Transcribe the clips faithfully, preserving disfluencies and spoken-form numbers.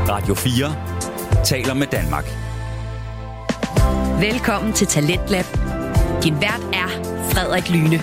Radio fire taler med Danmark. Velkommen til Talentlab. Din vært er Frederik Lyne.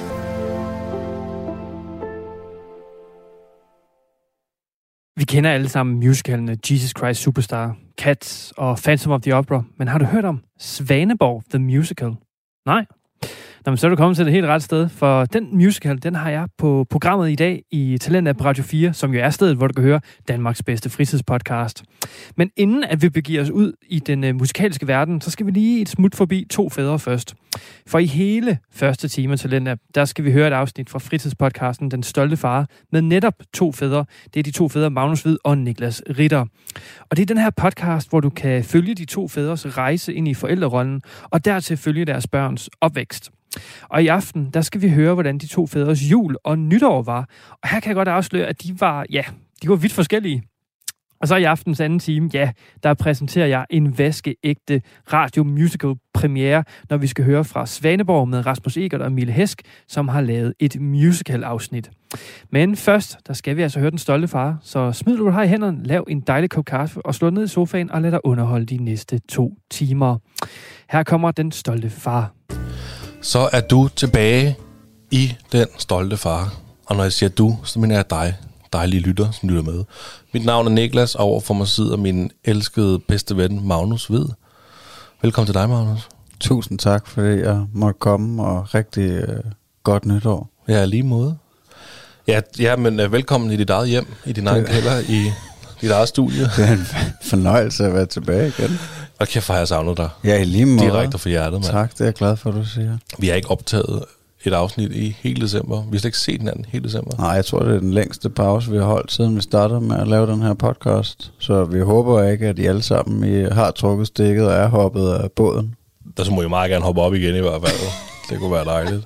Vi kender alle sammen musicalene Jesus Christ Superstar, Cats og Phantom of the Opera, men har du hørt om Svaneborg The Musical? Nej? Nå, men så er du kommet til det helt ret sted, for den musical, den har jeg på programmet i dag i Talentlab på Radio fire, som jo er stedet, hvor du kan høre Danmarks bedste fritidspodcast. Men inden at vi begiver os ud i den uh, musikalske verden, så skal vi lige et smut forbi to fædre først. For i hele første time af Talentlab, der skal vi høre et afsnit fra fritidspodcasten Den Stolte Far, med netop to fædre. Det er de to fædre, Magnus Hvid og Niklas Ritter. Og det er den her podcast, hvor du kan følge de to fædres rejse ind i forældrerollen, og dertil følge deres børns opvækst. Og i aften, der skal vi høre, hvordan de to fædres jul og nytår var. Og her kan jeg godt afsløre, at de var, ja, de var vidt forskellige. Og så i aftens anden time, ja, der præsenterer jeg en vaskeægte radio-musical premiere, når vi skal høre fra Svaneborg med Rasmus Egert og Mille Hæsk, som har lavet et musical-afsnit. Men først, der skal vi altså høre Den Stolte Far, så smid du har i hænderne, lav en dejlig kop kaffe og slå ned i sofaen og lad dig underholde de næste to timer. Her kommer Den Stolte Far. Så er du tilbage i Den Stolte Far. Og når jeg siger du, så mener jeg dig, dejlige lytter, som lytter med. Mit navn er Niklas, og overfor mig sidder min elskede bedste ven, Magnus Hvid. Velkommen til dig, Magnus. Tusind tak, fordi jeg måtte komme, og rigtig øh, godt nytår. Ja, lige måde. Ja, ja men øh, velkommen i dit eget hjem, i din egen kælder, i dit eget studie. Det er en fornøjelse at være tilbage igen. Og kæft, har jeg savnet dig. Ja, i lige måde. Direkte fra hjertet, mand. Tak, det er jeg glad for, at du siger. Vi har ikke optaget et afsnit i hele december. Vi har slet ikke set hinanden hele december. Nej, jeg tror, det er den længste pause, vi har holdt, siden vi startede med at lave den her podcast. Så vi håber ikke, at I alle sammen I har trukket stikket og er hoppet af båden. Der så må I meget gerne hoppe op igen i hvert fald. Det kunne være dejligt.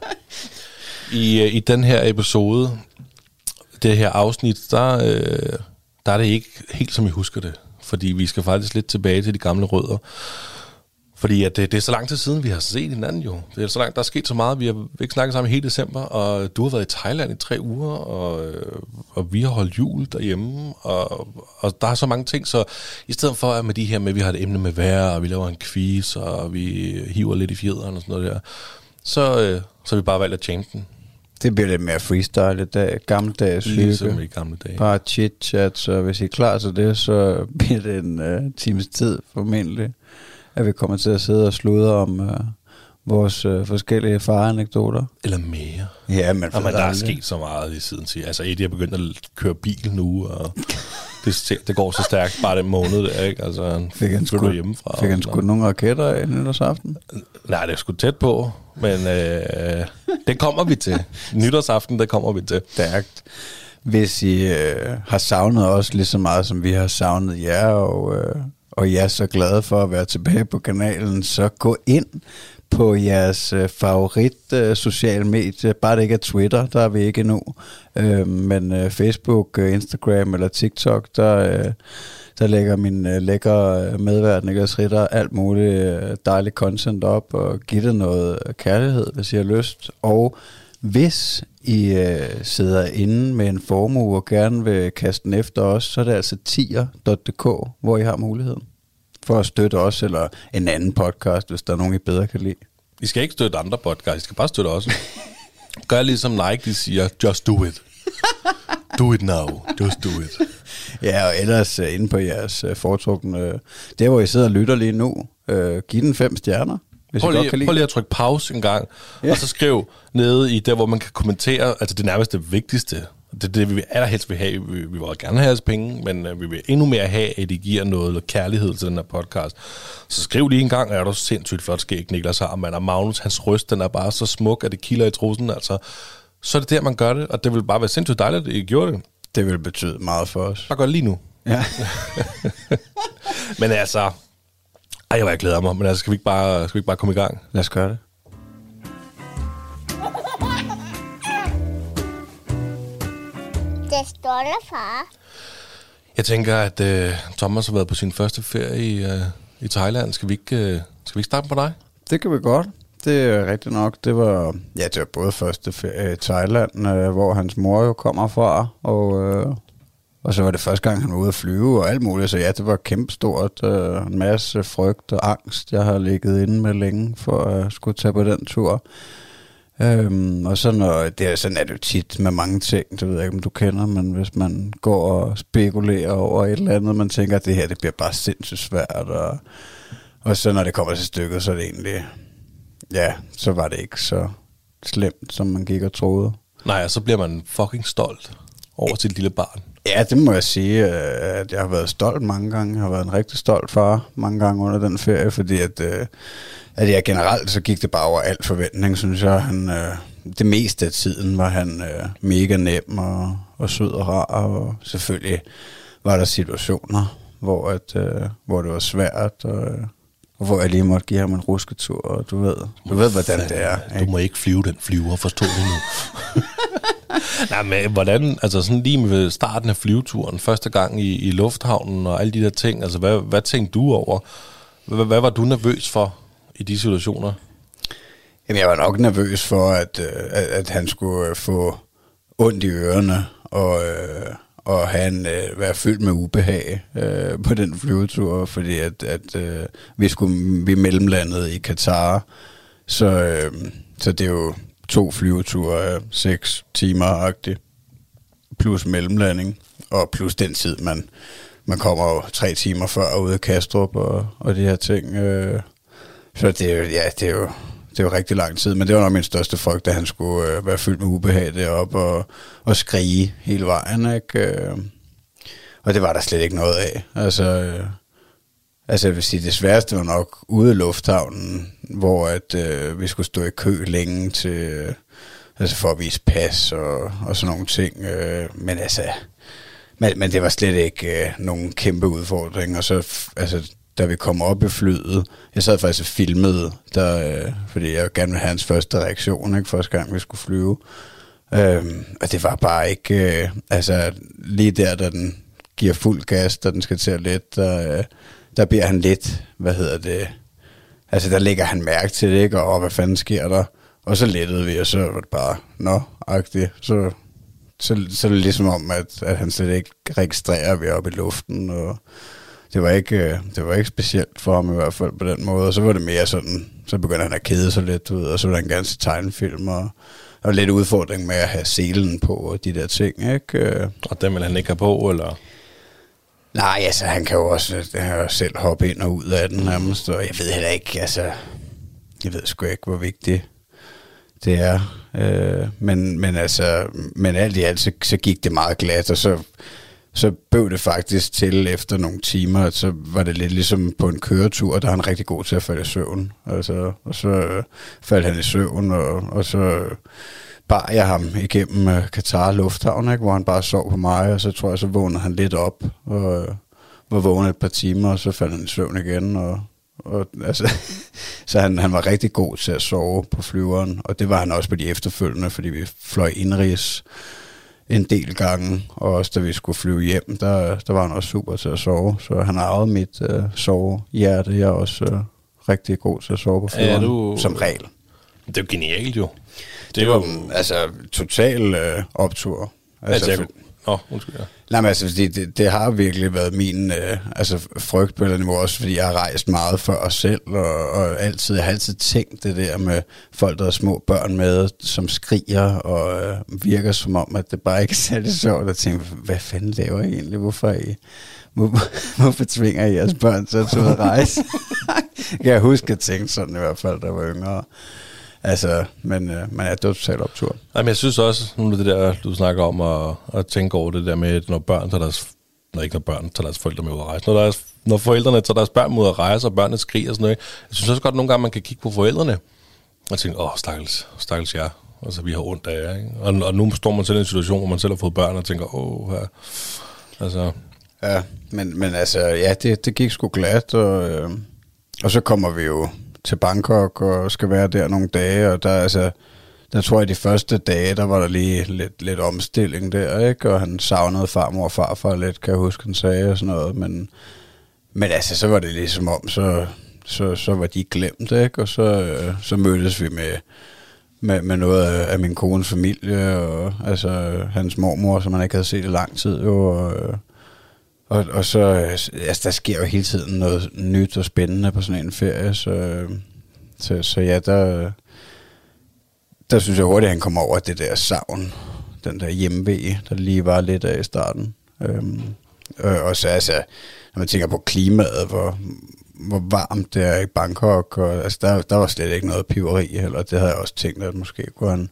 I, I den her episode, det her afsnit, der, øh, der er det ikke helt som I husker det. Fordi vi skal faktisk lidt tilbage til de gamle rødder. Fordi at det, det er så lang tid siden, vi har set hinanden jo. Det er så langt, der er sket så meget. Vi har ikke snakket sammen i hele december, og du har været i Thailand i tre uger, og, og vi har holdt jul derhjemme, og, og der er så mange ting. Så i stedet for at med de her med, at vi har et emne med vejr, og vi laver en quiz, og vi hiver lidt i fjederen og sådan noget der, så, så har vi bare valgt at change den. Det bliver lidt mere freestyle i dag. Gammeldags hygge. Ligesom i gamle dage. Bare chit-chat, så hvis I er klar til det, så bliver det en uh, times tid formentlig, at vi kommer til at sidde og sludre om uh, vores uh, forskellige faranekdoter. Eller mere. Ja, men, og men der er sket så meget i siden til. Altså, Eddie har begyndt at køre bil nu, og det, det går så stærkt bare den måned der, ikke? Altså, han fik han sgu, hjemmefra. Fik han sgu nogle raketter af nytårsaften? Nej, det er sgu tæt på, men øh, det kommer vi til. Nytårsaften, det kommer vi til. Stærkt. Hvis I øh, har savnet os lige så meget, som vi har savnet jer, og, øh, og I er så glade for at være tilbage på kanalen, så gå ind på jeres øh, favorit øh, social medie. Bare det ikke er Twitter, der er vi ikke endnu. Øh, men øh, Facebook, øh, Instagram eller TikTok, der, øh, der lægger min øh, lækre medvært Niklas Ritter alt muligt øh, dejligt content op, og giver det noget kærlighed, hvis I har lyst. Og hvis I øh, sidder inde med en formue og gerne vil kaste den efter os, så er det altså tier punktum d k, hvor I har muligheden for at støtte os, eller en anden podcast, hvis der er nogen, I bedre kan lide. I skal ikke støtte andre podcasts, I skal bare støtte os. Gør ligesom Nike, de siger, just do it. Do it now, just do it. Ja, og ellers uh, inde på jeres uh, foretrukne, uh, der hvor I sidder og lytter lige nu, uh, giv den fem stjerner. Prøv lige, prøv lige at trykke pause en gang, ja. Og så skriv nede i der, hvor man kan kommentere, altså det nærmest det vigtigste. Det er det, vi vil allerhelst vil have. Vi, vi vil gerne have jeres penge, men uh, vi vil endnu mere have, at I giver noget kærlighed til den her podcast. Så skriv lige en gang, er du sindssygt flot skæg, Niklas har, man, og Magnus, hans røst, den er bare så smuk, at det kilder i trussen, altså. Så er det der, man gør det, og det vil bare være sindssygt dejligt, at I gjorde det. Det vil betyde meget for os. Bare gør det lige nu. Ja. Men altså, ej, jeg glæder mig, men altså, skal vi ikke bare, skal vi ikke bare komme i gang? Lad os gøre det. Det stolte far. Jeg tænker, at uh, Thomas har været på sin første ferie i, uh, i Thailand. Skal vi, ikke, uh, skal vi ikke starte på dig? Det kan vi godt. Det er rigtigt nok. Det var, ja, det var både første ferie i Thailand, øh, hvor hans mor jo kommer fra, og øh, og så var det første gang, han var ude at flyve og alt muligt. Så ja, det var kæmpestort. Øh, en masse frygt og angst, jeg har ligget inde med længe for at skulle tage på den tur. Øhm, og så når, det er, sådan er det jo tit med mange ting, det ved jeg ikke, om du kender, men hvis man går og spekulerer over et eller andet, man tænker, at det her, det bliver bare sindssygt svært. Og, og så når det kommer til stykket, så er det egentlig, ja, så var det ikke så slemt, som man gik og troede. Nej, og så bliver man fucking stolt over sit lille barn. Ja, det må jeg sige, at jeg har været stolt mange gange. Jeg har været en rigtig stolt far mange gange under den ferie, fordi at, at jeg generelt, så gik det bare over al forventning, synes jeg. Han, det meste af tiden var han mega nem og, og sød og rar, og selvfølgelig var der situationer, hvor, at, hvor det var svært, og, og hvor jeg lige måtte give ham en rusketur, og du ved, du ved hvordan det er. Ikke? Du må ikke flyve den flyver, forstå det nu. Nej, men hvordan, altså sådan lige med starten af flyveturen, første gang i, i lufthavnen og alle de der ting, altså hvad, hvad tænkte du over? Hvad, hvad var du nervøs for i de situationer? Jamen, jeg var nok nervøs for, at, at, at han skulle få ondt i ørerne og, og han være fyldt med ubehag øh, på den flyvetur, fordi at, at øh, vi skulle vi mellemlandede i Katar, så, øh, så det er jo to flyveture af seks timer-agtigt, plus mellemlanding, og plus den tid, man, man kommer jo tre timer før ude af Kastrup og, og de her ting. Øh. Så det er jo, ja, det er jo, det er jo rigtig lang tid, men det var nok min største frygt, at han skulle øh, være fyldt med ubehag deroppe og, og skrige hele vejen, ikke? Øh. Og det var der slet ikke noget af. Altså, øh, altså jeg vil sige, det sværeste var nok ude i lufthavnen, hvor at, øh, vi skulle stå i kø længe til, øh, altså for at vise pas og, og sådan nogle ting. Øh, men altså, men, men det var slet ikke øh, nogen kæmpe udfordring. Og så, altså, da vi kom op i flyet, jeg sad faktisk og filmede, der, øh, fordi jeg gerne ville have hans første reaktion, ikke, første gang vi skulle flyve. Øh, og det var bare ikke, øh, altså lige der, da den giver fuld gas, da den skal til at lette, der... Øh, der bliver han lidt, hvad hedder det, altså der lægger han mærke til det, ikke, og hvad fanden sker der, og så lettede vi, og så var det bare, nå-agtigt, så, så, så er det ligesom om, at, at han slet ikke registrerer, at vi er oppe i luften, og det var, ikke, det var ikke specielt for ham i hvert fald på den måde, og så var det mere sådan, så begyndte han at kede sig lidt ud, og så var der en ganske tegnefilm, og der var lidt udfordring med at have selen på, og de der ting, ikke? Og den vil han ikke have på, eller... Nej, altså han kan jo også han jo selv hoppe ind og ud af den nærmest, og jeg ved heller ikke, altså, jeg ved sgu ikke, hvor vigtigt det er. Øh, men, men altså, men alt i alt, så, så gik det meget glat, og så, så bøv det faktisk til efter nogle timer, så var det lidt ligesom på en køretur, der er han rigtig god til at falde i søvn. Altså, og så øh, faldt han i søvn, og, og så... bar jeg ham igennem uh, Qatar Lufthavn, ikke, hvor han bare sov på mig, og så tror jeg, så vågnede han lidt op, og uh, var vågnet et par timer, og så faldt han i søvn igen, og, og altså, så han, han var rigtig god til at sove på flyveren, og det var han også på de efterfølgende, fordi vi fløj indrigs en del gange, og også da vi skulle flyve hjem, der, der var han også super til at sove, så han har arvet mit uh, sovehjerte. Jeg er også uh, rigtig god til at sove på flyveren, du... som regel. Det er jo genialt jo. Det, det var jo altså total øh, optur. Altså, altså, Åh, oh, undskyld, ja. Nej, men altså, det, det, det har virkelig været min øh, altså, frygt på et eller andet niveau, også fordi jeg har rejst meget for os selv, og, og altid, jeg har altid tænkt det der med folk, der har små børn med, som skriger, og øh, virker som om, at det bare ikke er særlig sjovt, at tænke, hvad fanden laver I egentlig? Hvorfor er I... Hvor, hvorfor tvinger I jeres børn til at tage ud og rejse? Jeg kan huske, at jeg tænkte sådan i hvert fald, da jeg var yngre. Altså, men, øh, men ja, det var totalt optur. Jamen, jeg synes også, nu er det der, du snakker om at, at tænke over det der med, når børn tager deres, når ikke når børn tager deres forældre med ud at rejse, når, deres, når forældrene tager deres børn med ud at rejse, og børnene skriger og sådan noget. Jeg synes også godt, at nogle gange man kan kigge på forældrene, og tænke, åh, stakkels, stakkels jer. Altså, vi har ondt af jer, ikke? Og, og nu står man selv i en situation, hvor man selv har fået børn, og tænker, åh, her. Altså... Ja, men, men altså, ja, det, det gik sgu glat, og, øh, og så kommer vi jo til Bangkok og skal være der nogle dage, og der, altså, der tror jeg, de første dage, der var der lige lidt, lidt omstilling der, ikke? Og han savnede farmor og farfar lidt, kan jeg huske, han sagde og sådan noget, men, men altså, så var det ligesom om, så, så, så var de glemt, ikke? Og så, øh, så mødtes vi med, med, med noget af, af min kones familie, og altså hans mormor, som man ikke havde set i lang tid, jo, og, og, og så, altså der sker jo hele tiden noget nyt og spændende på sådan en ferie, så, så, så ja, der, der synes jeg hurtigt, at han kommer over det der savn, den der hjemmevæg, der lige var lidt af i starten. Øhm, og, og så altså, når man tænker på klimaet, hvor, hvor varmt det er i Bangkok, og altså, der, der var slet ikke noget piveri heller. Det havde jeg også tænkt, at måske kunne han,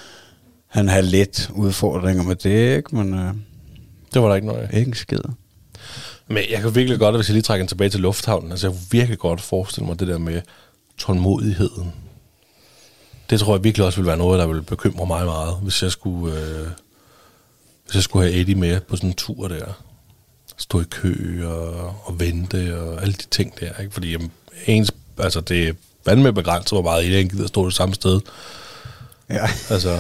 han have lidt udfordringer med det, ikke? Men øh, det var der ikke noget. Ikke en skid. Men jeg kan virkelig godt, hvis jeg lige trækker den tilbage til lufthavnen, altså jeg kunne virkelig godt forestille mig det der med tålmodigheden. Det tror jeg virkelig også ville være noget, der ville bekymre mig meget, hvis jeg skulle, øh, hvis jeg skulle have Eddie med på sådan en tur der. Stå i kø og, og vente og alle de ting der, ikke? Fordi jamen, ens, altså det er vand med begrænset, hvor meget Eddie gider stå det samme sted. Ja. Altså,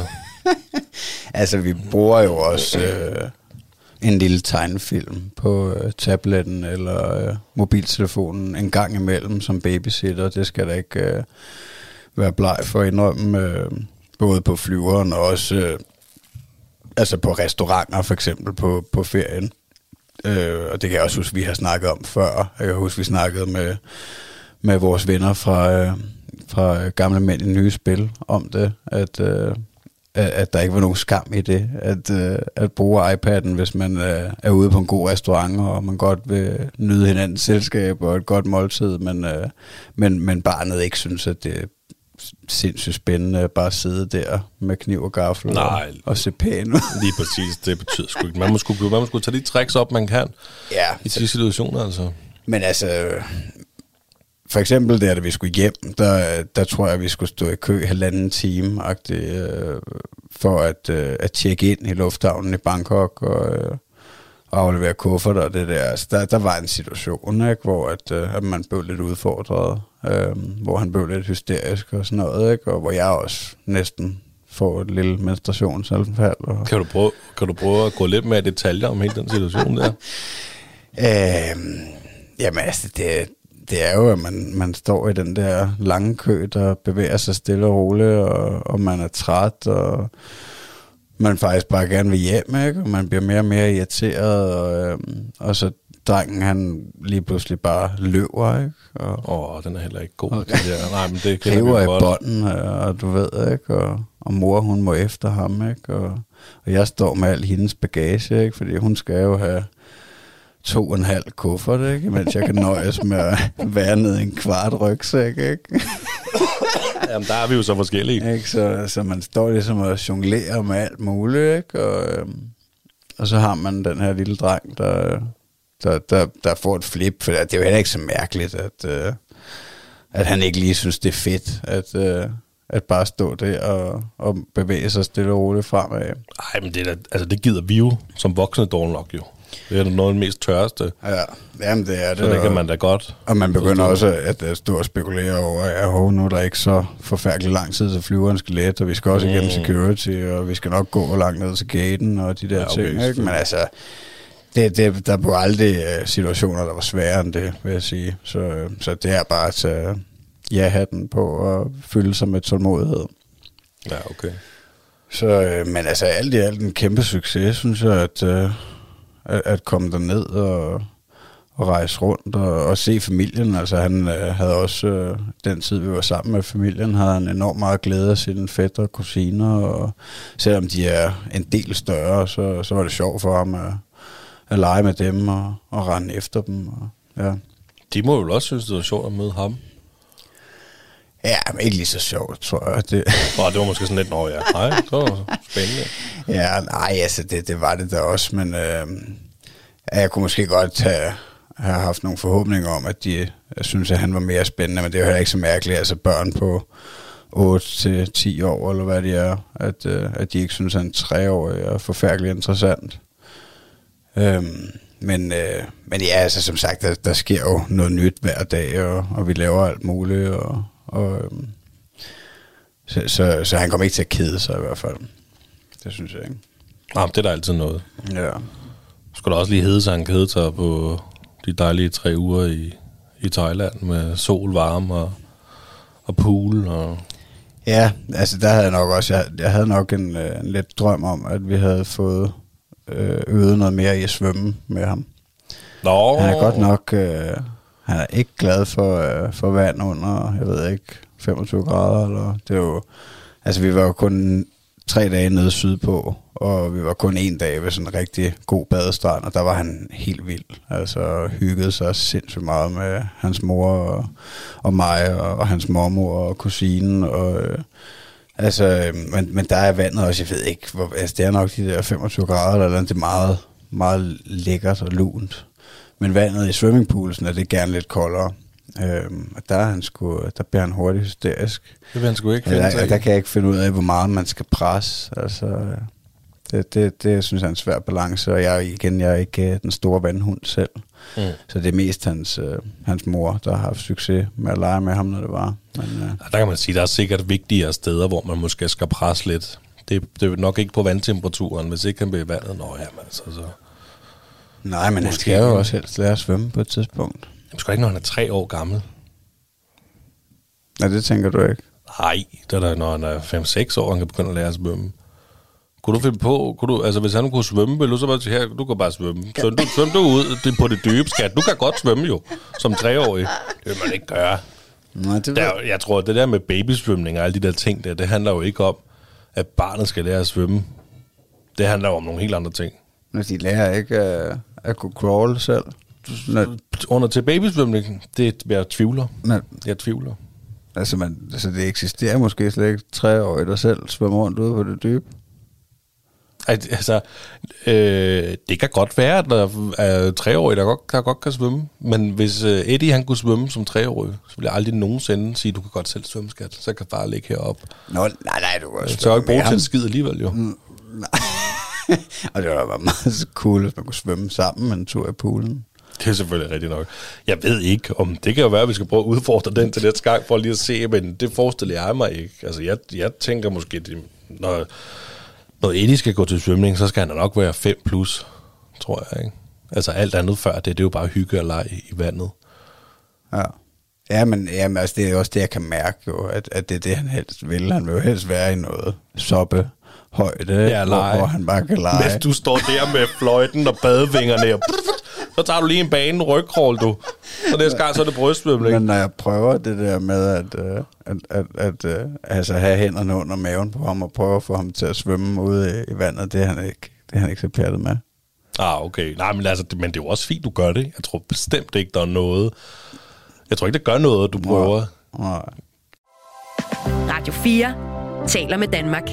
altså vi bruger jo også øh, en lille tegnefilm på øh, tabletten eller øh, mobiltelefonen en gang imellem som babysitter. Det skal da ikke øh, være bleg for at indrømme, øh, både på flyveren og også øh, altså på restauranter for eksempel på, på ferien. Øh, og det kan jeg også huske, vi har snakket om før. Jeg kan huske, vi snakkede med, med vores venner fra, øh, fra Gamle Mænd i Nye Spil om det, at, øh, at, at der ikke var nogen skam i det, at, øh, at bruge iPad'en, hvis man øh, er ude på en god restaurant, og man godt vil nyde hinandens selskab og et godt måltid, men, øh, men, men barnet ikke synes, at det er sindssygt spændende at bare sidde der med kniv og gaffel og, og se pæn ud. Lige præcis, det betyder sgu ikke. Man må sgu, man må sgu tage de tricks op, man kan ja, i de situationer, altså. Men altså, for eksempel der, da vi skulle hjem, der, der tror jeg, vi skulle stå i kø halvanden time øh, for at, øh, at tjekke ind i lufthavnen i Bangkok og, øh, og aflevere kufferter og det der. Altså, der, der var en situation, ikke, hvor at, øh, at man blev lidt udfordret, øh, hvor han blev lidt hysterisk og sådan noget, ikke, og hvor jeg også næsten får et lille menstruationsanfald. Og kan, du prøve, kan du prøve at gå lidt mere i detaljer om hele den situation der? øh, jamen altså, det, det er jo, at man, man står i den der lange kø, der bevæger sig stille og roligt, og, og man er træt, og man faktisk bare gerne vil hjem, ikke? Og man bliver mere og mere irriteret, og, øhm, og så drengen, han lige pludselig bare løber, ikke? Åh, oh, den er heller ikke god. Okay. Ja, nej, men det kender vi i bånden, og du ved, ikke? Og, og mor, hun må efter ham, ikke? Og, og jeg står med al hendes bagage, ikke? Fordi hun skal jo have to og en halv kuffert, ikke? Mens jeg kan nøjes med at være nede i en kvart rygsæk, ikke? Jamen, der er vi jo så forskellige. Ikke? Så, så man står ligesom og jonglerer med alt muligt, ikke? Og, øhm, og så har man den her lille dreng, der, der, der, der får et flip, for det er jo heller ikke så mærkeligt, at, øh, at han ikke lige synes, det er fedt, at, øh, at bare stå der og, og bevæge sig stille og roligt fremad. Nej, men det, der, altså, det gider vi jo som voksne dårligt nok jo. Det er noget af det mest tørreste. Ja, jamen det er det. Så det kan man da godt. Og man begynder også at, at stå og spekulere over, at nu er der ikke så forfærdelig lang tid, så flyveren skal let, og vi skal også mm. igennem security, og vi skal nok gå langt ned til gaten, og de der ja, okay, ting. Ikke? Men altså, det, det, der var aldrig situationer, der var sværere end det, vil jeg sige. Så, så det er bare at tage ja-hatten på og fylde sig med tålmodighed. Ja, okay. Så, men altså, alt i alt en kæmpe succes, synes jeg, at... At, at komme derned og, og rejse rundt og, og se familien. Altså han øh, havde også, øh, den tid vi var sammen med familien, havde han enormt meget glæde af sine fætre og kusiner, og selvom de er en del større, så, så var det sjovt for ham at, at lege med dem og, og rende efter dem. Og, ja. De må jo også synes, det var sjovt at møde ham. Ja, men ikke lige så sjovt, tror jeg. Det, Nå, det var måske sådan lidt, nå ja, nej, det var spændende. Ja, nej, altså det, det var det da også, men øh, jeg kunne måske godt have, have haft nogle forhåbninger om, at de jeg synes, at han var mere spændende, men det er jo heller ikke så mærkeligt, altså børn på otte til ti år, eller hvad de er, at, øh, at de ikke synes, at en treårig er forfærdeligt interessant. Øhm, men, øh, men ja, altså som sagt, der, der sker jo noget nyt hver dag, og, og vi laver alt muligt, og Og, øhm, så, så, så han kommer ikke til at kede sig i hvert fald. Det synes jeg ikke. Ah, det er der altid noget. Ja. Skulle da også lige hedde sig, han kede sig på de dejlige tre uger i, i Thailand med sol, varme og, og pool. Og Ja, altså der havde jeg nok også, jeg, jeg havde nok en, en lidt drøm om, at vi havde fået øh, øvet noget mere i at svømme med ham. Nå. Han er godt nok, øh, han er ikke glad for, øh, for vand under, jeg ved ikke, femogtyve grader, eller det er jo, altså vi var jo kun tre dage nede sydpå, og vi var kun en dag ved sådan en rigtig god badestrand, og der var han helt vild. Altså hyggede sig sindssygt meget med hans mor og, og mig, og, og hans mormor og kusinen, og øh, altså, men, men der er vandet også, jeg ved ikke, hvor, altså det er nok de der femogtyve grader, eller det er meget, meget lækkert og lunt. Men vandet i swimmingpoolsen er det gerne lidt koldere. Øhm, og der, er han sgu, der bliver han hurtigt hysterisk. Det vil han sgu ikke finde der, sig der kan jeg ikke finde ud af, hvor meget man skal presse. Altså, det, det, det synes jeg er en svær balance, og jeg, igen, jeg er ikke den store vandhund selv. Mm. Så det er mest hans, øh, hans mor, der har haft succes med at lege med ham, når det var. Men, øh. Der kan man sige, der er sikkert vigtigere steder, hvor man måske skal presse lidt. Det, det er nok ikke på vandtemperaturen, hvis ikke han bliver vandet. Nå ja, altså så... Nej, men han skal jo også helst lære at svømme på et tidspunkt. Det skal ikke, når han er tre år gammel. Nej, det tænker du ikke? Nej, det er da, når han er fem seks år, han kan begynde at lære at svømme. Kunne du finde på, kunne du, altså hvis han kunne svømme, ville du så bare sige, her, du kan bare svømme. Så du, svøm du ud det på det dybe, skat. Du kan godt svømme jo, som treårig. Det vil man ikke gøre. Nej, det der, jeg tror, det der med babysvømning og alle de der ting der, det handler jo ikke om, at barnet skal lære at svømme. Det handler jo om nogle helt andre ting. Når de lærer ikke at, at kunne crawl selv. Når, under til babysvømning, det jeg tvivler. Når, jeg tvivler. Altså, man, altså det eksisterer måske slet ikke treårige, der selv svømmer rundt ude på det dybe. Altså, øh, det kan godt være, at der er treårige, der godt, der godt kan svømme. Men hvis øh, Eddie han kunne svømme som treårig, så ville jeg aldrig nogensinde sige, du kan godt selv svømme, skat. Så kan far ligge heroppe. Nå, nej, nej, du kan også. Så er jeg ikke bruge til en skid alligevel, jo. Mm, nej. Og det var meget cool, hvis man kunne svømme sammen med en tur i poolen. Det er selvfølgelig rigtigt nok. Jeg ved ikke, om det kan jo være, at vi skal prøve at udfordre den til næste gang, for lige at se, men det forestiller jeg mig ikke. Altså, jeg, jeg tænker måske, det, når, når Eddie skal gå til svømning, så skal han nok være fem plus, tror jeg, ikke? Altså, alt andet før det, det er jo bare hygge og lege i vandet. Ja. Ja, men jamen, altså, det er også det, jeg kan mærke jo, at, at det er det, han helst vil. Han vil jo helst være i noget soppe. Højde, ja, hvor, hvor han bare kan lege. Hvis du står der med fløjten og badevingerne, og så tager du lige en bane rygkrål, du. Så næste gang, så er det brystsvømning. Men når jeg prøver det der med at, uh, at, at, at uh, altså have hænderne under maven på ham, og prøve at få ham til at svømme ude i, i vandet, det er han ikke, det er han ikke så pjattet med. Ah, okay. Nej, men, altså, men det er jo også fint, du gør det. Jeg tror bestemt ikke, der er noget. Jeg tror ikke, det gør noget, du prøver. Nej. Radio fire taler med Danmark.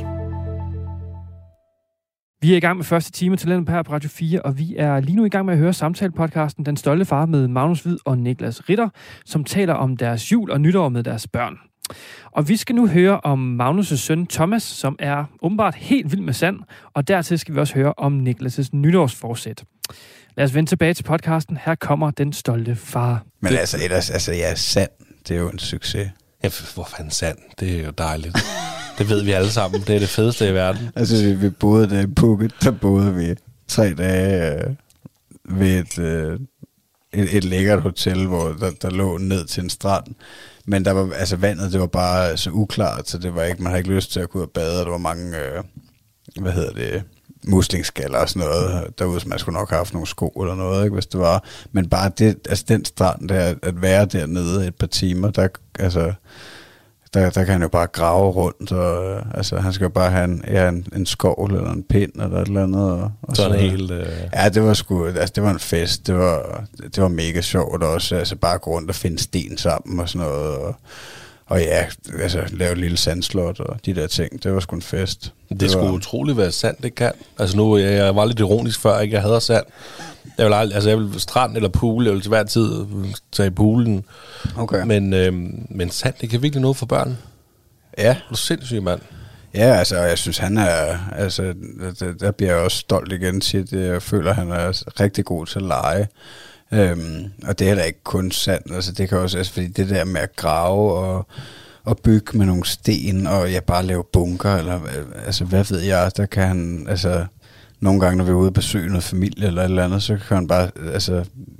Vi er i gang med første time til den her på Radio fire, og vi er lige nu i gang med at høre samtalepodcasten Den Stolte Far med Magnus Hvid og Niklas Ritter, som taler om deres jul og nytår med deres børn. Og vi skal nu høre om Magnus' søn Thomas, som er åbenbart helt vild med sand, og dertil skal vi også høre om Niklas' nytårsforsæt. Lad os vende tilbage til podcasten. Her kommer Den Stolte Far. Men altså, ellers, altså ja, sand, det er jo en succes. Ja, hvor fanden sand? Det er jo dejligt. Det ved vi alle sammen. Det er det fedeste i verden. Altså, vi, vi boede der i Phuket, der boede vi tre dage øh, ved et, øh, et, et lækkert hotel, hvor der, der lå ned til en strand. Men der var, altså vandet, det var bare så uklart, så det var ikke, man havde ikke lyst til at gå ud og bade, og der var mange, øh, hvad hedder det, muslingskaller og sådan noget derude, så man skulle nok have haft nogle sko eller noget, ikke, hvis det var. Men bare det, altså den strand der, at være dernede et par timer, der, altså, der, der kan han jo bare grave rundt, og altså, han skal jo bare have en, ja, en, en skovl eller en pind eller et eller andet. Og, og så, så helt... Øh... Ja, det var sgu, altså det var en fest, det var, det var mega sjovt også, altså bare gå rundt og finde sten sammen og sådan noget, og Og ja, altså lave et lille sandslot og de der ting, det var sgu en fest. Det, det skulle var... utroligt være sand, det kan. Altså nu, jeg, jeg var lidt ironisk før, ikke? Jeg hader sand. Jeg vil aldrig, altså jeg vil strand eller pool, jeg vil til hver tid tage i poolen. Okay. Men, øhm, men sand, det kan virkelig noget for børn. Ja. Du er sindssyg, mand. Ja, altså jeg synes, han er, altså der, der bliver jeg også stolt igen til, at jeg føler, at han er rigtig god til at lege. Øhm, og det er da ikke kun sand, altså det kan også, altså fordi det der med at grave og, og bygge med nogle sten, og ja, bare lave bunker, eller altså hvad ved jeg, der kan han, altså nogle gange, når vi er ude og besøge noget familie eller et eller andet, så kan han bare, altså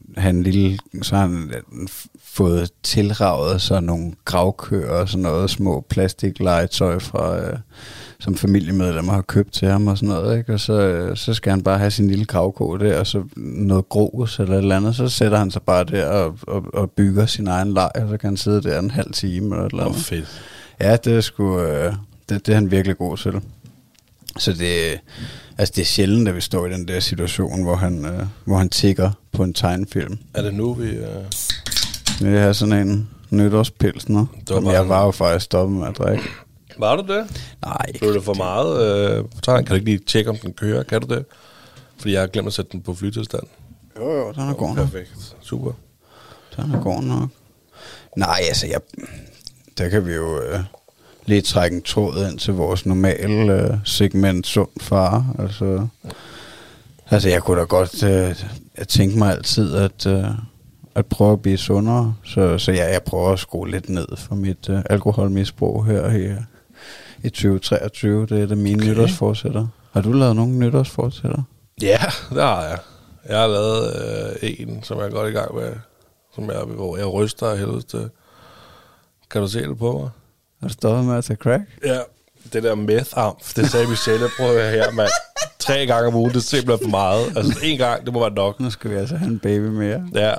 han lille, så har han fået tilraget så nogle gravkøer og sådan noget, små plastiklegetøj fra, øh, som familiemedlemmer har købt til ham og sådan noget, ikke? Og så, øh, så skal han bare have sin lille gravko der, og så noget grus eller et eller andet, så sætter han sig bare der og, og, og bygger sin egen lejr, og så kan han sidde der en halv time eller et eller andet. Åh, fedt. Ja, det er sgu, øh, det, det er han virkelig god til. Så det, altså det er sjældent, at vi står i den der situation, hvor han, øh, hvor han tigger på en tegnefilm. Er det nu, vi... Øh... Vi har sådan en nytårspilsner, som jeg var jo faktisk stoppet med at drikke. Var du det? Nej, ikke. Blev det for meget? Øh, kan du ikke lige tjekke, om den kører? Kan du det? Fordi jeg har glemt at sætte den på flytilstand. Jo, jo, den er god nok. Perfekt. Super. Den er god nok. Nej, altså, jeg, der kan vi jo øh, lige trække en tråd ind til vores normale øh, segment sund far. Altså, altså, jeg kunne da godt øh, jeg tænke mig altid, at... Øh, at prøve at blive sundere, så, så ja, jeg prøver at skrue lidt ned for mit uh, alkoholmisbrug her i, i tyve treogtyve. Det er det mine okay. nytårsforsætter. Har du lavet nogle nytårsforsætter? Ja, det har jeg. Jeg har lavet øh, en, som jeg er godt i gang med, som jeg, hvor jeg ryster af helvede. Kan du se det på mig? Har du stoppet med at tage crack? Ja, det der meth-amf, det sagde Michelle, jeg prøver at her, mand. Tre gange om ugen, det er simpelthen for meget. Altså en gang, det må være nok. Nu skal vi altså have en baby mere. Ja.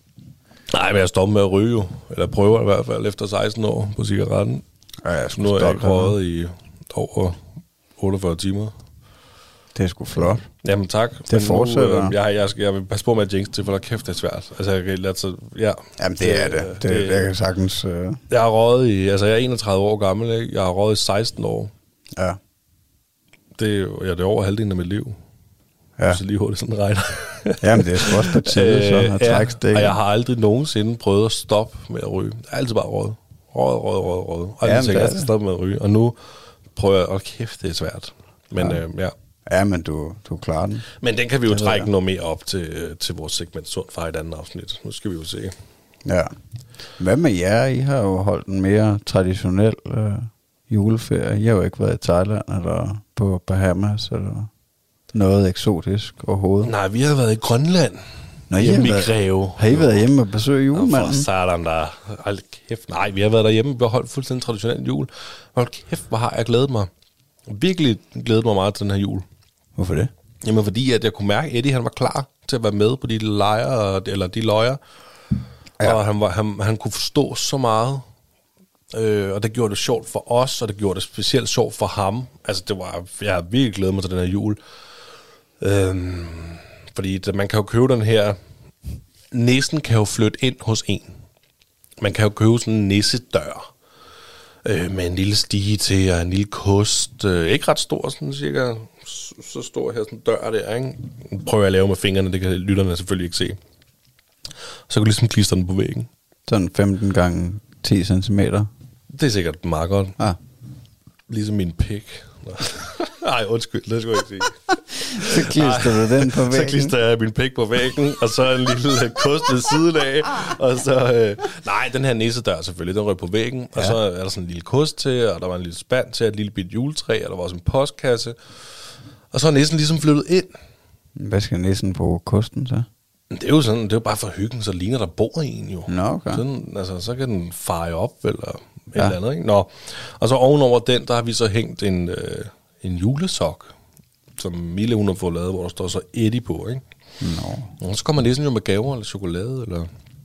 Nej, men jeg stopper med at ryge jo. Eller prøver i hvert fald efter seksten år på cigaretten. Ja, jeg nu er jeg ikke røget i over otteogfyrre timer. Det er sgu flot. Jamen tak. Det fortsætter. Øh, jeg, jeg, jeg vil passe på med at jinx det, for der kæft, det er svært. Altså, jeg kan lade sig, ja. Jamen, det er det. Det, det, det jeg kan sagtens... Uh... Jeg har røget i... Altså, jeg er enogtredive år gammel, ikke? Jeg har røget i seksten år. Ja. Det er jo ja, det er over halvdelen af mit liv. Ja. Så lige hurtigt sådan regner. Jamen, det er sgu også på tide, så at trække stikker. Og jeg har aldrig nogensinde prøvet at stoppe med at ryge. Jeg har altid bare røget. Røget, røget, røget, røget. Og jeg tænker, jeg skal stoppe med at ryge. Og nu prøver jeg... Åh, kæft, det er svært. Men ja, øh, ja. Ja, men du, du klarer den. Men den kan vi jo det trække noget mere op til, til vores segment Sund Far i et andet afsnit. Nu skal vi jo se. Ja. Hvad med jer? I har jo holdt en mere traditionel øh, juleferie. I har jo ikke været i Thailand eller på Bahamas eller noget eksotisk overhovedet. Nej, vi har været i Grønland. Nå, hjemme i været, Greve. Har I været hjemme og besøgt julemanden? For satan der. Hold kæft. Nej, vi har været derhjemme. Vi har holdt fuldstændig traditionel jul. Hold kæft, hvor har jeg glædet mig. Virkelig glædet mig meget til den her jul. Hvorfor det? Jamen, fordi at jeg kunne mærke, at Eddie han var klar til at være med på de lejre, eller de løjer. Ja. Og han, var, han, han kunne forstå så meget. Øh, og det gjorde det sjovt for os, og det gjorde det specielt sjovt for ham. Altså, det var, jeg har virkelig glædet mig til den her jul. Øhm, fordi man kan jo købe den her... Nissen kan jo flytte ind hos en. Man kan jo købe sådan en nissedør. Øh, med en lille stige til, og en lille kost. Øh, ikke ret stor, sådan cirka så stor her, sådan en dør der, ikke? Nu prøver jeg at lave med fingrene, det kan lytterne selvfølgelig ikke se. Så kan du ligesom klistre den på væggen. Sådan femten gange ti centimeter. Det er sikkert meget godt. Ah. Ligesom min pik. Nej, undskyld, det skulle jeg ikke sige. Så klister du den på væggen. Så klister jeg min pik på væggen, og så en lille kost ved siden af. Og så, øh, nej, den her nissedør selvfølgelig, den røg på væggen. Og ja. Så er der sådan en lille kost til, og der var en lille spand til, et lille bit juletræ, og der var også en postkasse. Og så er nissen ligesom flyttet ind. Hvad skal nissen på kosten så? Det er jo sådan, det er jo bare for hyggen, så ligner der bor en jo. Nå, okay. Sådan, altså, så kan den fare op, eller et ja. eller andet, ikke? Nå. Og så ovenover den, der har vi så hængt en, øh, en julesok, som Mille hun har fået lavet, hvor der står så Eddie på, ikke? Nå. Og så kommer nissen jo med gaver, eller chokolade, eller,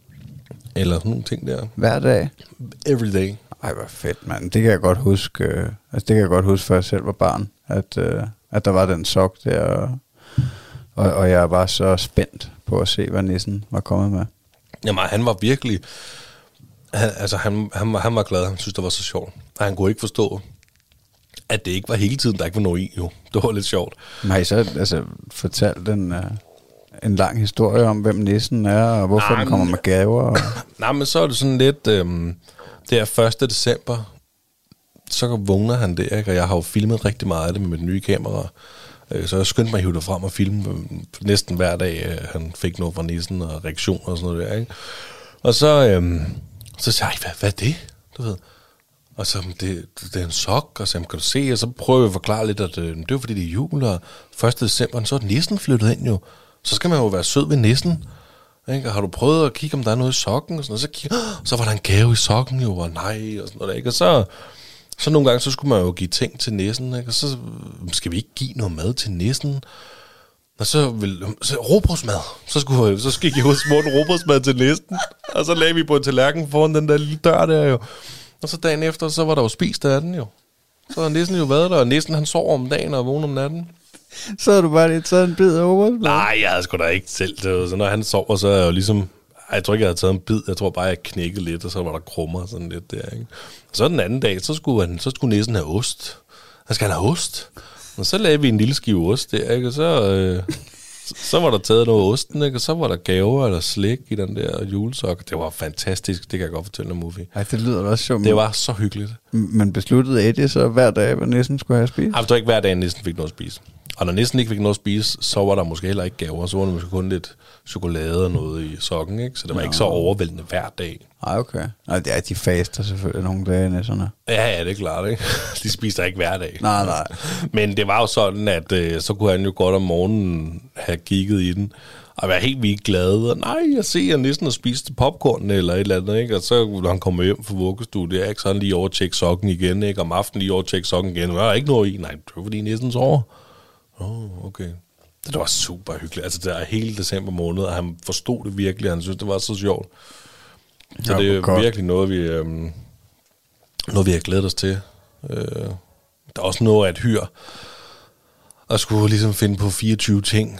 eller sådan nogle ting der. Hver dag? Every day. Ej, hvor fedt, mand. Det kan jeg godt huske, øh, altså det kan jeg godt huske, før jeg selv var barn, at, øh, at der var den sok der, og, og, og jeg var så spændt på at se, hvad nissen var kommet med. Jamen, han var virkelig... Han, altså, han, han, var, han var glad. Han synes, det var så sjovt. Og han kunne ikke forstå, at det ikke var hele tiden, der ikke var noget i, jo. Det var lidt sjovt. Men har I så altså, fortalt en, uh, en lang historie om, hvem nissen er, og hvorfor nej, den kommer med gaver? Og... Nej, men så er det sådan lidt... Øhm, det er første december, så vågner han der, ikke? Og jeg har jo filmet rigtig meget af det med mit nye kamera. Så jeg skyndte mig at hive det frem og filme næsten hver dag. Han fik noget fra nissen og reaktioner og sådan noget der, ikke? Og så, øhm, så sagde jeg, hvad, hvad er det? Du ved. Og så, det, det er en sok, og så kan du se, og så prøver jeg at forklare lidt, at øh, det er fordi det er jul, og første december, så er nissen flyttet ind jo. Så skal man jo være sød ved nissen. Ikke? Har du prøvet at kigge, om der er noget i sokken? Og sådan noget? Så, kigge, så var der en gave i sokken jo, og nej, og sådan noget. Ikke? Og så, så nogle gange, så skulle man jo give ting til nissen, ikke? Og så skal vi ikke give noget mad til nissen. Og så ville så rugbrødsmad. Så skulle så gik jeg ud og smurte rugbrødsmad til nissen. Og så lagde vi på en tallerken foran den der lille dør der jo. Og så dagen efter, så var der jo spist af den jo. Så har nissen jo været der, og nissen han sover om dagen og vågner om natten. Så havde du bare lige taget en bid af rugbrødsmad? Nej, jeg havde sgu da ikke selv. Så når han sover, så er jeg jo ligesom... Jeg tror ikke, jeg havde taget en bid. Jeg tror bare, jeg knækkede lidt, og så var der krummer sådan lidt der, ikke? Og så den anden dag, så skulle, han, så skulle nissen have ost. Han skal have ost. Og så lavede vi en lille skive ost der, ikke? Og så, øh, så var der taget noget osten, ikke? Og så var der gaver eller slik i den der julesok. Det var fantastisk, det kan jeg godt fortælle om movie. Ej, det lyder også sjovt. Det var så hyggeligt. Men besluttede Eddie så hver dag, hvad nissen skulle have spist? Ej, det var ikke hver dag, nissen fik noget at spise. Og når nissen ikke fik noget at spise, så var der måske heller ikke gaver. Så var der måske kun lidt chokolade og noget i sokken, ikke? Så det var Nå. ikke så overvældende hver dag. Ej, okay. Nej, det er, de faster selvfølgelig nogle dage, nisserne. Ja, ja, det er klart, ikke? De spiser ikke hver dag. Nej, nej. Men det var jo sådan, at øh, så kunne han jo godt om morgenen have kigget i den, og være helt vildt glad. Og nej, jeg ser, at nissen har spist popcorn eller et eller andet, ikke? Og så når han kommer hjem fra vuggestudiet, ikke? Så han lige over tjekke sokken igen, ikke? Om aftenen lige over tjekke sokken igen. Der er ikke noget i. Nej, det var fordi nissen sover. Åh, oh, okay. Det var super hyggeligt. Altså, det er hele december måned, og han forstod det virkelig. Han synes, det var så sjovt. Så ja, det er godt. Virkelig noget, vi, øhm, noget, vi har glædet os til. Øh, der er også noget af et hyr at skulle ligesom finde på fireogtyve ting.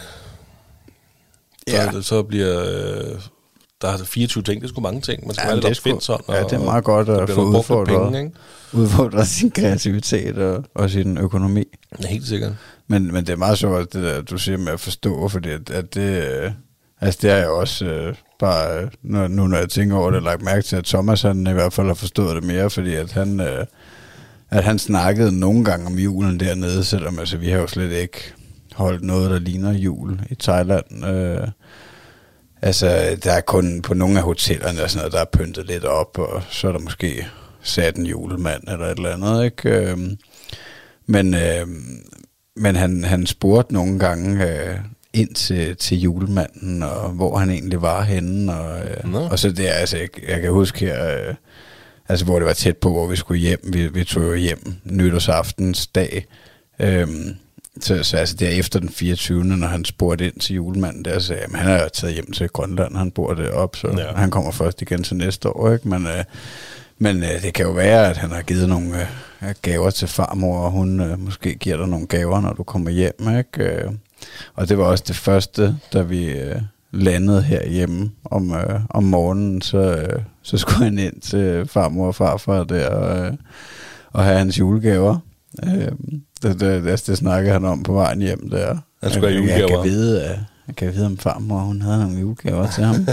Ja. Så, så bliver... Øh, der er fireogtyve ting, det er sgu mange ting. Man skal ja, være lidt opfindsom. Ja, det er meget godt at få udfordret, udfordret sin kreativitet og, og sin økonomi. Ja, helt sikkert. Men, men det er meget sjovt, det der, du siger med at forstå, fordi at, at det, altså det er jeg også øh, bare, når, nu når jeg tænker over det, lagt mærke til, at Thomas han i hvert fald har forstået det mere, fordi at han, øh, at han snakkede nogle gange om julen dernede, selvom altså, vi har jo slet ikke holdt noget, der ligner jul i Thailand. Øh, altså, der er kun på nogle af hotellerne og sådan noget, der er pyntet lidt op, og så er der måske sat en julemand eller et eller andet, ikke? Øh, men... Øh, Men han, han spurgte nogle gange øh, ind til, til julemanden, og hvor han egentlig var henne. Og, øh, no. og så det, altså, jeg, jeg kan huske her, øh, altså, hvor det var tæt på, hvor vi skulle hjem. Vi, vi tog jo hjem nytårsaftens dag. Øhm, så, så altså, der efter den fireogtyvende når han spurgte ind til julemanden, der sagde han, han er jo taget hjem til Grønland, han bor deroppe, så ja. Han kommer først igen til næste år, ikke? Men... Øh, Men øh, det kan jo være, at han har givet nogle øh, gaver til farmor, og hun øh, måske giver dig nogle gaver, når du kommer hjem, ikke? Øh, og det var også det første, da vi øh, landede herhjemme om, øh, om morgenen, så, øh, så skulle han ind til farmor og farfar der og, øh, og have hans julegaver. Øh, det, det, det, det snakker han om på vejen hjem der. Han skulle have julegaver. Jeg kan vide, øh, jeg kan vide om farmor, hun havde nogle julegaver til ham.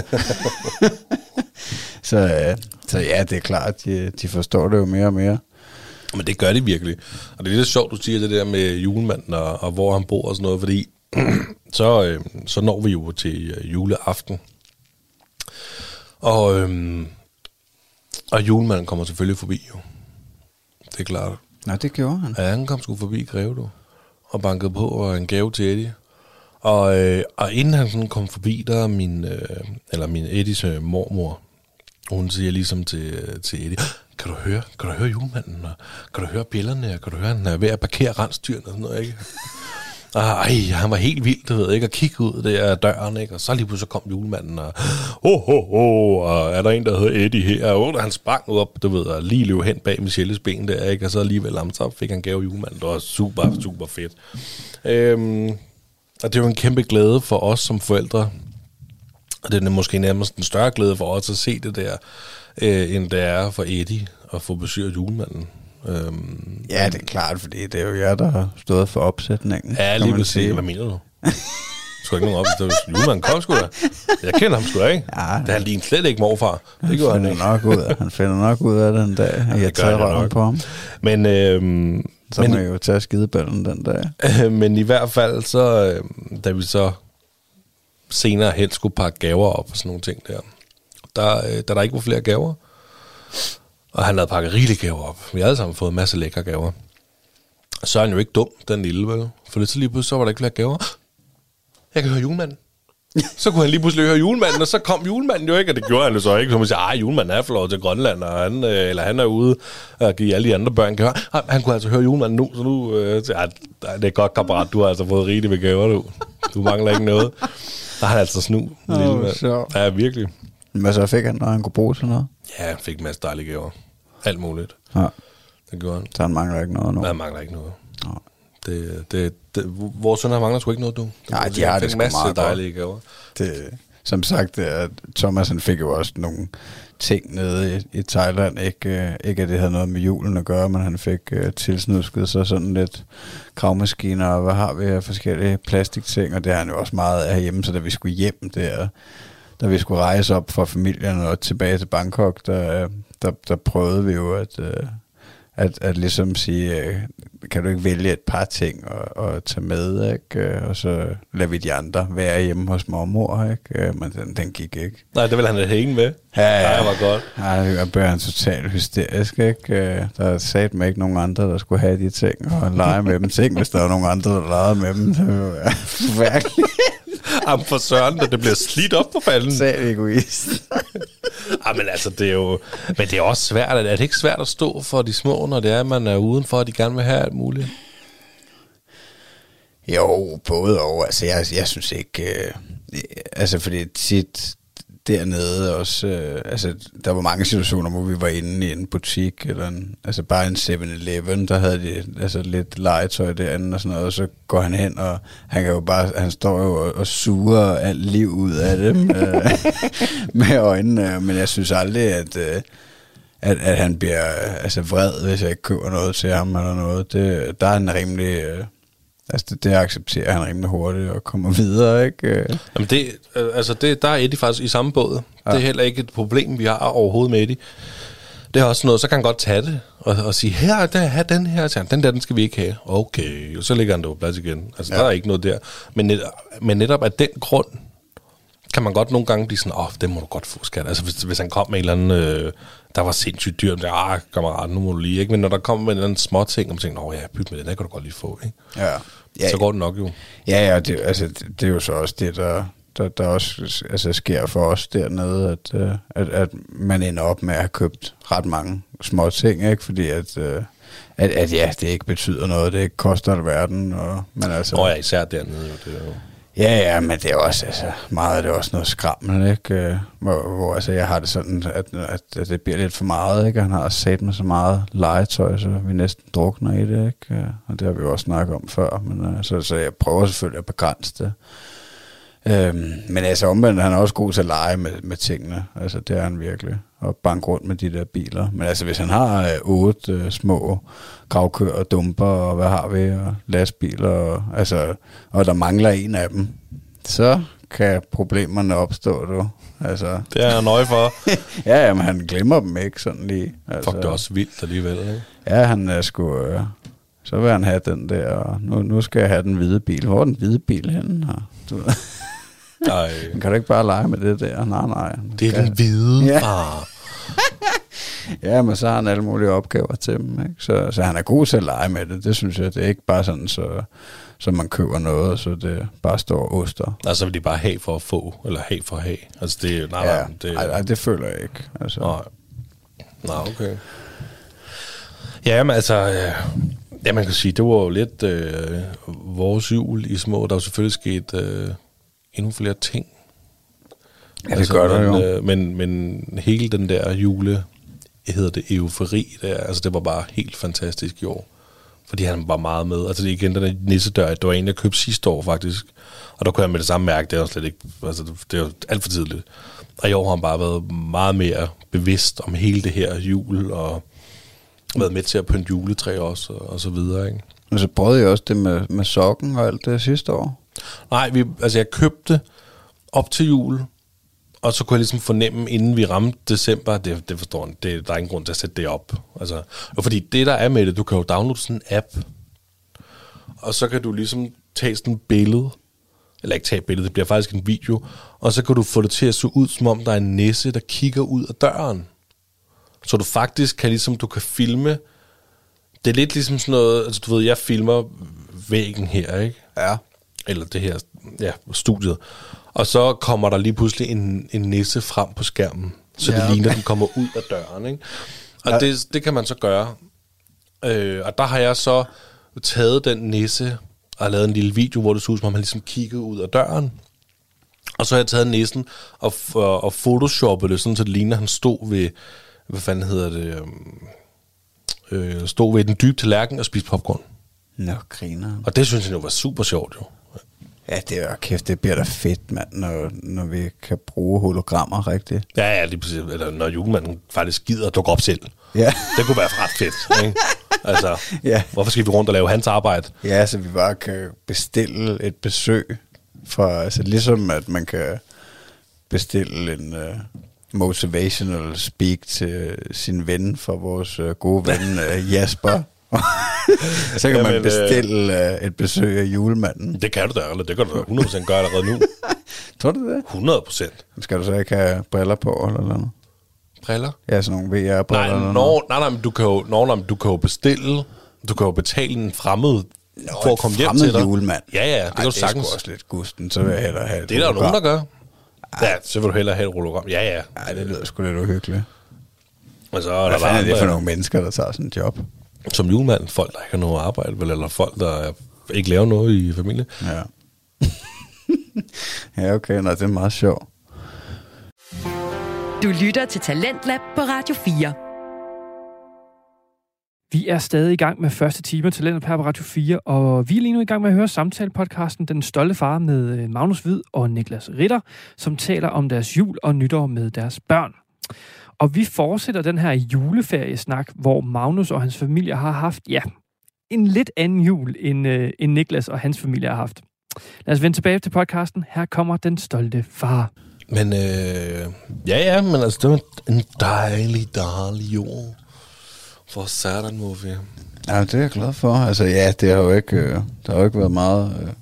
Så, øh, så ja, det er klart, de, de forstår det jo mere og mere. Men det gør de virkelig. Og det er lidt sjovt, du siger det der med julemanden og, og hvor han bor og sådan noget, fordi så, øh, så når vi jo til øh, juleaften. Og, øh, og julemanden kommer selvfølgelig forbi jo. Det er klart. Nej, det gjorde han. Ja, han kom sgu forbi Greve, du. Og bankede på og en gave til Eddie. Og, øh, og inden han sådan kom forbi, der min, øh, eller min Eddies øh, mormor, hun siger ligesom til, til Eddie, kan du høre, kan du høre julemanden, og kan du høre bjællerne, og kan du høre, han er ved at parkere rensdyrene og sådan noget, ikke? Og ej, han var helt vild, du ved, ikke? Og kigge ud der af døren, ikke? Og så lige pludselig kom julemanden, og ho, ho, ho, og er der en, der hedder Eddie her? Og han sprang op, du ved, og lige løb hen bag Michelles ben der, ikke? Og så alligevel, så fik han gave julemanden. Det var super, super fedt. Øhm, og det var en kæmpe glæde for os som forældre, og det er måske nærmest en større glæde for os at se det der, øh, end det er for Eddie at få besøg af julemanden. Øhm, ja, det er klart, fordi det er jo jer, der har stået for opsætningen. Ja, lige præcis. Hvad mener du? Sgu ikke nogen opsætning. Julemanden kom sgu da. Jeg kender ham sgu da, ikke? Ja, det er han lige slet ikke morfar. Det gør han ikke. Nok ud af. Han finder nok ud af den dag, at jeg tager røven på ham. Men... Øhm, så må jeg jo tage skideballen den dag. Men i hvert fald, så da vi så senere hen skulle pakke gaver op og sådan nogle ting der, der, da der ikke var flere gaver, og han havde pakket rigelige gaver op, vi havde alle sammen fået en masse lækre gaver, så er han jo ikke dum, den lille, vel? For lidt så lige pludselig, så var der ikke flere gaver. Jeg kan høre julemanden. Så kunne han lige pludselig høre julemanden, og så kom julemanden jo ikke, og det gjorde han jo så ikke. Så man siger, ah, julemanden er flot til Grønland, og han, øh, eller han er ude og give alle de andre børn gaver. Han kunne altså høre julemanden nu, så nu, øh, ja, det er godt, kammerat, du har altså fået rigeligt ved gaver, du. Du mangler ikke noget. Der har han altså snu. Oh, så. Ja, virkelig. Hvad så fik han, når han kunne bruge sådan noget? Ja, han fik en masse dejlige gaver. Alt muligt. Ja. Det gjorde han. Så han mangler ikke noget nu? Nej, han mangler ikke noget. Ja. Det, det, det, vores sønner mangler sgu ikke noget, du. Nej, de har det sgu meget masse dejlige gaver. Det, som sagt, at Thomas han fik jo også nogle ting nede i, i Thailand. Ikke, ikke at det havde noget med julen at gøre, men han fik uh, tilsnusket så sådan lidt kravmaskiner, og hvad har vi af forskellige plastikting, og det har han jo også meget af hjemme, så da vi skulle hjem der, da vi skulle rejse op fra familien og tilbage til Bangkok, der, der, der prøvede vi jo at... Uh, At, at ligesom sige, øh, kan du ikke vælge et par ting og, og tage med, ikke? Og så lader vi de andre være hjemme hos mormor, ikke? Men den, den gik ikke. Nej, det ville han have hænge med. Ja, ja. Det var godt. Ja, det var børn totalt hysterisk, ikke? Der sagde mig ikke nogen andre, der skulle have de ting og lege med dem. Tænk, hvis der var nogen andre, der legede med dem. Det var ja, forfærdeligt. Am for søren, da det bliver slidt op på falden. Selv egoist. Ja, men altså, det er jo... Men det er også svært. Er det ikke svært at stå for de små, når det er, at man er udenfor, og de gerne vil have alt muligt? Jo, både og. Altså, jeg, jeg synes ikke... Øh, altså, fordi tit dernede også... Øh, altså, der var mange situationer, hvor vi var inde i en butik, eller en, altså bare en seven eleven, der havde de altså, lidt legetøj derinde og sådan noget, og så går han hen, og han kan jo bare... Han står jo og, og suger alt liv ud af dem øh, med øjnene, men jeg synes aldrig, at... Øh, At, at han bliver altså vred, hvis jeg ikke køber noget til ham eller noget. Det, der er han rimelig... Øh, altså det, det accepterer han rimelig hurtigt og kommer videre, ikke? Jamen det, øh, altså det, der er Eddie faktisk i samme båd. Ja. Det er heller ikke et problem, vi har overhovedet med Eddie. Det er også noget, så kan han godt tage det og, og sige, her, der, her, den her, den der, den skal vi ikke have. Okay, og så ligger han det på plads igen. Altså ja. Der er ikke noget der. Men, net, men netop af den grund, kan man godt nogle gange blive sådan, åh, oh, det må du godt få, skat. Altså hvis, hvis han kom med en eller anden, øh, der var sindssygt dyrt, der, ah, kammerat, nu må du lige, ikke? Men når der kommer med en eller anden små ting, og man tænker, åh ja, byt med det, der kan du godt lige få, ikke? Ja. Ja, så går det nok jo. Ja, ja, det, altså, det, det er jo så også det, der, der, der også altså, sker for os dernede, at, at, at man ender op med at have købt ret mange små ting, ikke? Fordi at, at, at ja, det ikke betyder noget, det ikke koster alverden. Og, men altså, Nå ja, især dernede jo, det er jo... Ja, ja, men det er også, altså, meget af det er også noget skrammel, ikke? Hvor, hvor altså, jeg har det sådan, at, at, at det bliver lidt for meget, ikke? Han har sat med så meget legetøj, så vi næsten drukner i det, ikke? Og det har vi jo også snakket om før, men altså, så jeg prøver selvfølgelig at begrænse det. Øhm, men altså omvendt, han er også god til at lege med, med tingene, altså det er han virkelig, og banke rundt med de der biler. Men altså hvis han har øh, otte øh, små gravkøer og dumper, og hvad har vi, og lastbiler, og, altså, og der mangler en af dem, så kan problemerne opstå, du. Altså, det er jeg nøje for. Ja, jamen han glemmer dem ikke sådan lige. Altså, fuck, det er også vildt alligevel, ikke? Ja, han er sgu... Øh, så vil han have den der, og nu, nu skal jeg have den hvide bil. Hvor er den hvide bil henne her? Du ved. Nej. Kan du ikke bare lege med det der? Nej, nej. Det er den hvide, ja. Far. Ja, men så har han alle mulige opgaver til dem, ikke? Så, så han er god til at lege med det. Det synes jeg, det er ikke bare sådan, så, så man køber noget, så det bare står oster. Altså vil de bare have for at få, eller have for at have? Altså det, nej, ja, nej, det, nej, nej, det føler jeg ikke. Altså. Nej. Nej, okay. Ja, men altså... Øh, ja, man kan sige, det var jo lidt øh, vores jul i små. Der er jo selvfølgelig sket øh, endnu flere ting. Ja, det altså, gør der jo. Øh, men, men hele den der jule, hedder det eufori, der, altså det var bare helt fantastisk i år. Fordi han var meget med. Altså det er igen den der nissedør, det var en, jeg købte sidste år faktisk. Og der kunne jeg med det samme mærke, det er jo slet ikke, altså det er jo alt for tidligt. Og i år har han bare været meget mere bevidst om hele det her jul, og været med til at pynte juletræ også, og, og så videre, ikke? Og så prøvede jeg også det med, med sokken og alt det sidste år? Nej, vi, altså jeg købte op til jul, og så kunne jeg ligesom fornemme, inden vi ramte december, det, det forstår jeg, det, der er ingen grund til at sætte det op. Altså, fordi det, der er med det, du kan jo downloade sådan en app, og så kan du ligesom tage sådan et billede, eller ikke tage et billede, det bliver faktisk en video, og så kan du få det til at se ud, som om der er en nisse, der kigger ud af døren. Så du faktisk kan ligesom, du kan filme, det er lidt ligesom sådan noget, altså du ved, jeg filmer væggen her, ikke? Ja. Eller det her, ja, studiet. Og så kommer der lige pludselig en, en nisse frem på skærmen, så ja, det ligner, okay. den kommer ud af døren. Ikke? Og ja. det, det kan man så gøre. Øh, og der har jeg så taget den nisse og lavet en lille video, hvor det så ud, som om han ligesom kiggede ud af døren. Og så har jeg taget nissen og, og, og photoshoppet det, sådan så det ligner, han stod ved, hvad fanden hedder det, øh, stod ved den dybe tallerken og spiste popcorn. Nå, griner. Og det synes jeg jo var super sjovt, jo. Ja, det er kæft, det bliver da fedt, mand, når, når vi kan bruge hologrammer rigtigt. Ja, ja, lige præcis. Eller når julemanden faktisk gider at dukke op selv. Ja. Det kunne være ret fedt, ikke? Altså, ja. Hvorfor skal vi rundt og lave hans arbejde? Ja, så vi bare kan bestille et besøg fra, altså ligesom at man kan bestille en uh, motivational speak til sin ven fra vores uh, gode ven uh, Jasper. Så kan Jamen, man bestille øh, et besøg af julemanden. Det kan du da, eller det kan du da hundrede procent gøre allerede nu. Tror du det? hundrede procent. Skal du så ikke have briller på, eller noget? Briller? Ja, sådan nogle V R-briller. Nej, eller når, nej, nej, men du kan, jo, når, nej, du kan jo bestille, du kan jo betale en fremmed Nå, for at komme hjem til dig. Julemand. Ja, ja, det Ej, kan du sagtens. Det er sgu også lidt gusten, så vil jeg hellere have et Det er der nogen, der gør. Ej. Ja, så vil du hellere have et hologram. Ja, ja. Ej, det lyder sgu lidt uhyggeligt. Og så er der Hvad fanden er det for nogle mennesker, der tager sådan en job? Som julemand, folk, der ikke har noget arbejde, vel, eller folk, der ikke laver noget i familie. Ja. Ja, okay, nej, det er meget sjovt. Du lytter til Talentlab på Radio fire. Vi er stadig i gang med første time af Talentlab her på Radio fire, og vi er lige nu i gang med at høre samtale-podcasten Den Stolte Far med Magnus Hvid og Niklas Ritter, som taler om deres jul og nytår med deres børn. Og vi fortsætter den her juleferiesnak, hvor Magnus og hans familie har haft, ja, en lidt anden jul, end, øh, end Niklas og hans familie har haft. Lad os vende tilbage til podcasten. Her kommer Den Stolte Far. Men, øh, ja, ja, men altså, det var en dejlig, dejlig jul. For satan, movie. Ja, det er jeg glad for. Altså, ja, det har jo ikke, øh, der har jo ikke været meget øh,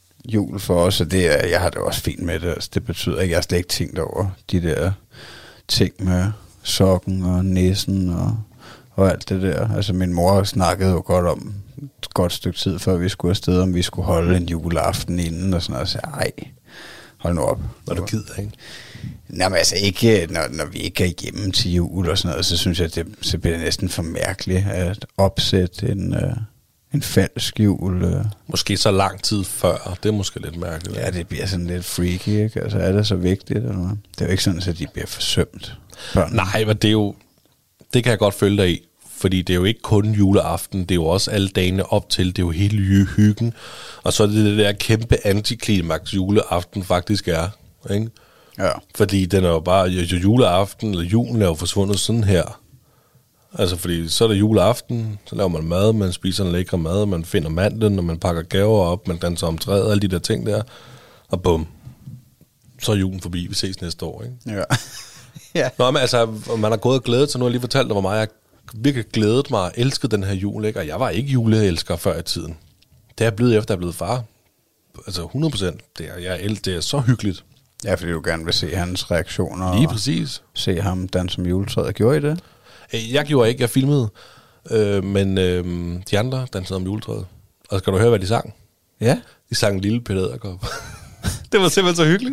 jul for os, og det er, jeg har det også fint med det. Altså, det betyder ikke, jeg har slet ikke tænkt over de der ting med sokken og næsen og, og alt det der. Altså min mor snakkede jo godt om et godt stykke tid, før vi skulle afsted, om vi skulle holde en juleaften inden og sådan noget. Og så ej, hold nu op. Når du gider, ikke? Nej, men altså ikke, når, når vi ikke er hjemme til jul og sådan noget, så synes jeg, det, så bliver det næsten for mærkeligt at opsætte en, uh, en falsk jul. Uh. Måske så lang tid før, det er måske lidt mærkeligt. Ja, det bliver sådan lidt freaky, ikke? Altså er det så vigtigt, eller noget? Det er jo ikke sådan, at de bliver forsømt. Børn. Nej, men det er jo, det kan jeg godt følge dig i, fordi det er jo ikke kun juleaften, det er jo også alle dagene op til, det er jo hele hyggen, og så er det det der kæmpe antiklimaks juleaften faktisk er, ikke? Ja. Fordi den er jo bare, juleaften, eller julen er jo forsvundet sådan her. Altså fordi, så er det juleaften, så laver man mad, man spiser en lækre mad, man finder mandlen, og man pakker gaver op, man danser om træet, alle de der ting der, og bum, så er julen forbi, vi ses næste år, ikke? Ja. Ja. Nå, men altså, man har gået og glædet, så nu har jeg lige fortalt dig, hvor meget jeg virkelig glædet mig og elskede den her jul, ikke? Og jeg var ikke juleelsker før i tiden. Det er jeg blevet efter, jeg er blevet far. Altså hundrede procent. Det er, jeg el- det er så hyggeligt. Ja, fordi du gerne vil se hans reaktioner. Lige præcis. Se ham danse som juletræet. Gjorde I det? Jeg gjorde ikke, jeg filmede. Øh, men øh, de andre dansede om juletræet. Og skal du høre, hvad de sang? Ja. De sang Lille Peter Edderkop. Det var simpelthen så hyggeligt.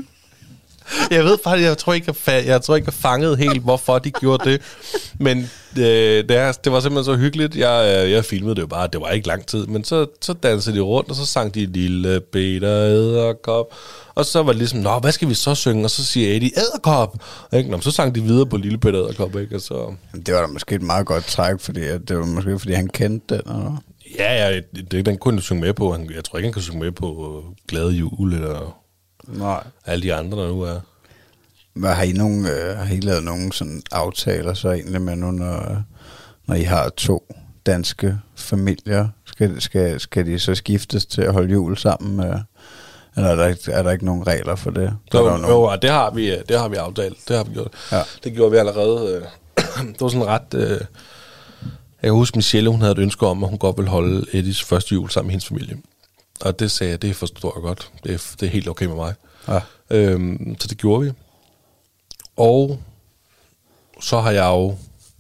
Jeg ved faktisk, jeg tror ikke, jeg, fa- jeg tror ikke, jeg fangede helt, hvorfor de gjorde det. Men øh, det, er, det var simpelthen så hyggeligt. Jeg, øh, jeg filmede det jo bare, det var ikke lang tid. Men så, så dansede de rundt, og så sang de Lille Peter Edderkop. Og så var det ligesom, nå, hvad skal vi så synge? Og så siger Eddie, Edderkop! Ikke? Nå, så sang de videre på Lille Peter Edderkop, ikke? Og så... Det var da måske et meget godt træk, fordi det var måske, fordi han kendte den, eller? Ja, ja, det, den kunne han synge med på. Han, jeg tror ikke, han kan synge med på Glade Jul, eller... Nej. Alle de andre, der nu er. Hvad, har I nogen, øh, har I lavet nogle sådan aftaler så egentlig med nu, når, når I har to danske familier? Skal, skal, skal de så skiftes til at holde jul sammen? Øh, eller er der, ikke, er der ikke nogen regler for det? Jo, jo, det har vi, det har vi aftalt. Det har vi gjort. Ja. Det gjorde vi allerede. Øh, det var sådan ret... Øh, jeg kan huske, Michelle, hun havde et ønske om, at hun godt ville holde Eddies første jul sammen med hendes familie. Og det sagde jeg, det forstår jeg godt. Det er, det er helt okay med mig. Ja. Øhm, så det gjorde vi. Og så har jeg jo...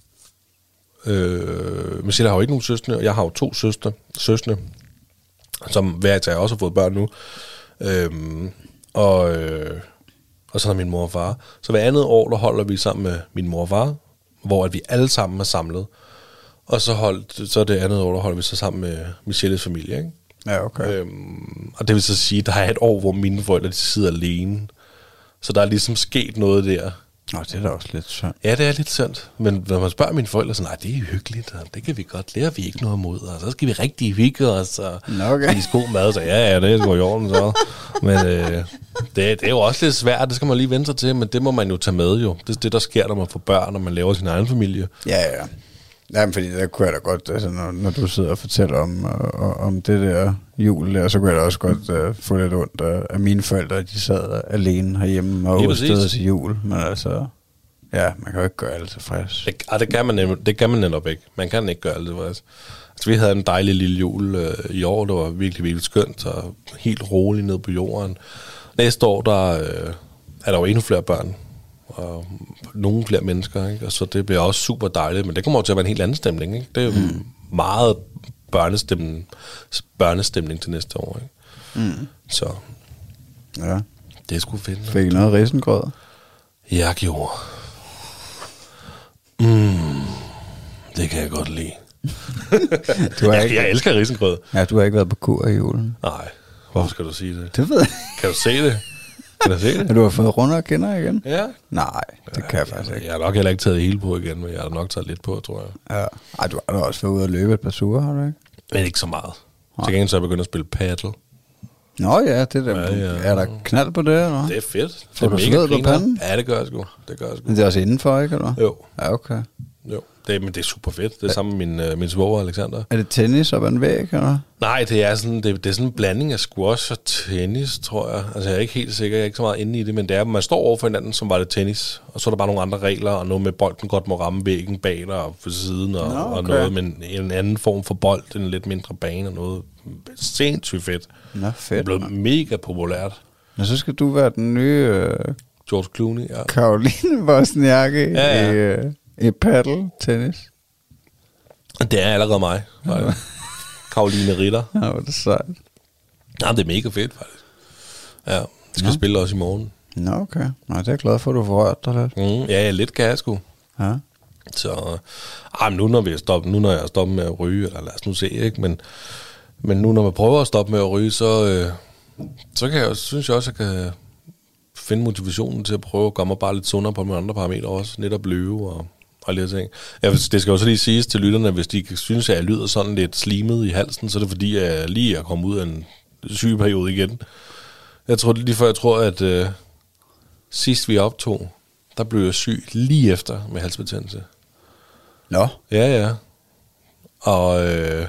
Øh, Michelle har jo ikke nogen søstre, og jeg har jo to søstre, søstre som hver til også har fået børn nu. Øhm, Og, øh, og så er min mor og far. Så hver andet år, der holder vi sammen med min mor og far, hvor at vi alle sammen er samlet. Og så, holdt, så det andet år, der holder vi så sammen med Michelles familie, ikke? Ja, okay. Øhm, og det vil så sige, at der er et år, hvor mine forældre de sidder alene. Så der er ligesom sket noget der. Nå, det er da også lidt synd. Ja, det er lidt synd. Men når man spørger mine forældre, så nej, det er hyggeligt, og det kan vi godt lære, vi ikke noget imod. Og så skal vi rigtig hygge os, og okay. spise god mad. Så ja, ja, det går i orden så. Men øh, det, det er jo også lidt svært, det skal man lige vente sig til, men det må man jo tage med jo. Det er det, der sker, når man får børn, når man laver sin egen familie. Ja, ja. Jamen, fordi der kunne jeg da godt, altså, når, når du sidder og fortæller om, og, om det der jul der, så kunne jeg da også godt uh, få lidt ondt af, af mine forældre, de sad alene herhjemme og overstede til jul. Men altså, ja, man kan jo ikke gøre alle tilfreds. Det, ah, det, kan man, det kan man netop ikke. Man kan ikke gøre alle tilfreds. Altså, vi havde en dejlig lille jul øh, i år, det var virkelig, virkelig skønt, og helt roligt ned på jorden. Næste år, der øh, er der jo endnu flere børn. Og nogle flere mennesker, ikke? Og så det bliver også super dejligt, men det kommer jo til at være en helt anden stemning, ikke? Det er jo mm. meget børnestemning, børnestemning til næste år, ikke? Mm. Så ja, det er sgu fedt. Fik I noget risengrød? Jeg gjorde. Mm, det kan jeg godt lide. du har jeg, ikke... jeg elsker risengrød. Ja, du har ikke været på kur i julen. Nej, hvorfor skal du sige det? Det ved jeg. Kan du se det? Kan du se det? Har du fået runder og kinder igen? Ja. Nej, det ja, kan jeg faktisk ikke. Jeg har nok heller ikke taget hele på igen, men jeg har nok taget lidt på, tror jeg. Ja. Ej, du har da også været ude og løbe et par ture, har du ikke? Men ikke så meget. Til gengæld så er jeg begyndt at spille paddle. Nå ja, det der. Ja, ja. Er der knald på det, eller? Det er fedt. Får du sved på panden? Ja, det gør jeg sgu. Det gør jeg sgu. Men det er også indenfor, ikke, eller? Jo. Ja, okay. Jo, det, men det er super fedt. Det er sammen med min, uh, min svoger, Alexander. Er det tennis op ad en væg, eller? Nej, det er, sådan, det, det er sådan en blanding af squash og tennis, tror jeg. Altså, jeg er ikke helt sikker, jeg er ikke så meget inde i det, men det er, man står over for hinanden, som var det tennis, og så er der bare nogle andre regler, og noget med bolden godt må ramme væggen bag dig og for siden, og, Nå, okay. og noget med en, en anden form for bold, en lidt mindre bane, og noget sindssygt fedt. Nå, fedt. Det er blevet mega populært. Men så skal du være den nye... Øh, George Clooney, ja. Caroline Wozniacki ja, ja. i, øh, i paddle tennis. Det er allerede mig. Ja. Caroline Ritter. Ja, hvor er det sejt. Ja, det er mega fedt, faktisk. Ja, jeg skal ja. spille også i morgen. Nå, okay. Nej, det er jeg glad for, at du får rørt dig lidt. Mm, ja, ja, lidt kan jeg sgu. Ja. Så, ah, men nu når vi er stoppet, nu når jeg er stoppet med at ryge, eller lad os nu se, ikke? Men, men nu når man prøver at stoppe med at ryge, så, øh, så kan jeg, synes jeg også, at jeg kan finde motivationen til at prøve at gøre mig bare lidt sundere på nogle andre parametre også. Netop løbe og, og lidt ting. Ja, det skal også lige siges til lytterne, hvis de synes, at jeg lyder sådan lidt slimet i halsen, så er det fordi, at jeg lige er kommet ud af en sygeperiode igen. Jeg tror lige før, jeg tror, at øh, sidst vi optog, der blev jeg syg lige efter med halsbetændelse. Nå. Ja, ja. Og, øh,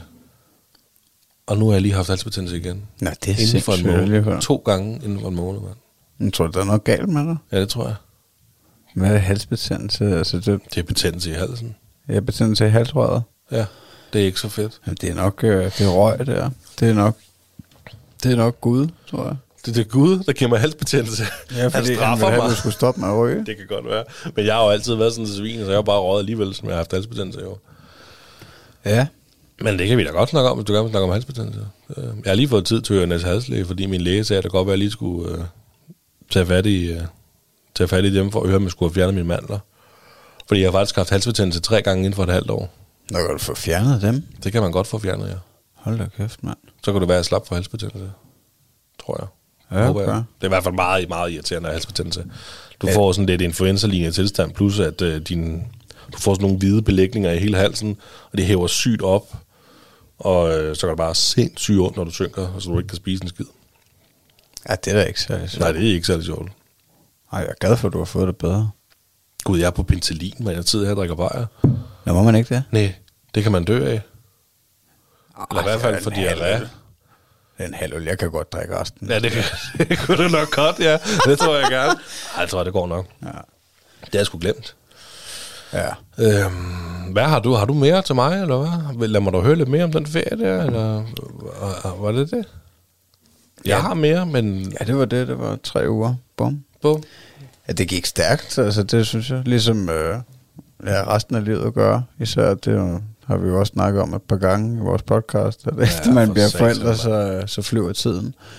og nu har jeg lige haft halsbetændelse igen. Nå, det er inden for en måned. For. To gange inden for en måned, mand. Jeg tror, der er noget galt med dig? Ja, det tror jeg. Hvad er halsbetændelse? Altså, det... det er betændelse i halsen. Ja, betændelse i halsrøret? Ja, det er ikke så fedt. Jamen, det er nok øh, det er røg, det er. Det er nok, det er nok Gud, tror jeg. Det, det er Gud, der giver mig halsbetændelse. Ja, fordi han, han vil have, at du skulle stoppe med at ryge. Det kan godt være. Men jeg har jo altid været sådan en svin, så jeg har bare røget alligevel, som jeg har haft halsbetændelse i år. Ja. Men det kan vi da godt snakke om, hvis du gerne vil snakke om halsbetændelse. Jeg har lige fået tid til at høre en halslæge, fordi min læge sagde, at det godt være, at jeg lige skulle uh, tage fat i, uh, tage fat i dem for at høre, om jeg skulle have fjernet mine mandler. Fordi jeg har faktisk haft halsbetændelse tre gange inden for et halvt år. Nå, kan du få fjernet dem? Det kan man godt få fjernet, ja. Hold da kæft, mand. Så kan det være, at jeg slap for halsbetændelse, tror jeg. Ja, okay. Det er i hvert fald meget, meget irriterende halsbetændelse. Du ja. får sådan lidt influenza-lignende tilstand, plus at uh, din, du får sådan nogle hvide belægninger i hele halsen, og det hæver sygt op, og uh, så kan det bare sindssygt ondt, når du synker, og så du ikke kan spise en skid. Ja, det er da ikke særlig sjovt. Nej, det er ikke særlig sjovt. Nej, jeg er glad for, at du har fået det bedre. Gud, jeg er på penicillin, men jeg sidder her og drikker bajer. Nå, må man ikke det? Nej, det kan man dø af. Ej, eller i hvert fald for diarré. En halv øl, jeg kan godt drikke resten. Ja, det, kan, det kunne du nok godt, ja. Det tror jeg gerne. Ej, jeg tror, det går nok. Ja. Det har jeg sgu glemt. Ja. Øhm, hvad har du? Har du mere til mig, eller hvad? Lad mig da høre lidt mere om den ferie der, eller var det det? Jeg ja. har mere, men... Ja, det var det. Det var tre uger. Bum. Bum. Ja, det gik stærkt, altså det synes jeg. Ligesom øh, ja, resten af livet at gøre. Især det har vi jo også snakket om et par gange i vores podcast. At ja, efter man bliver forældre, så, så flyver tiden.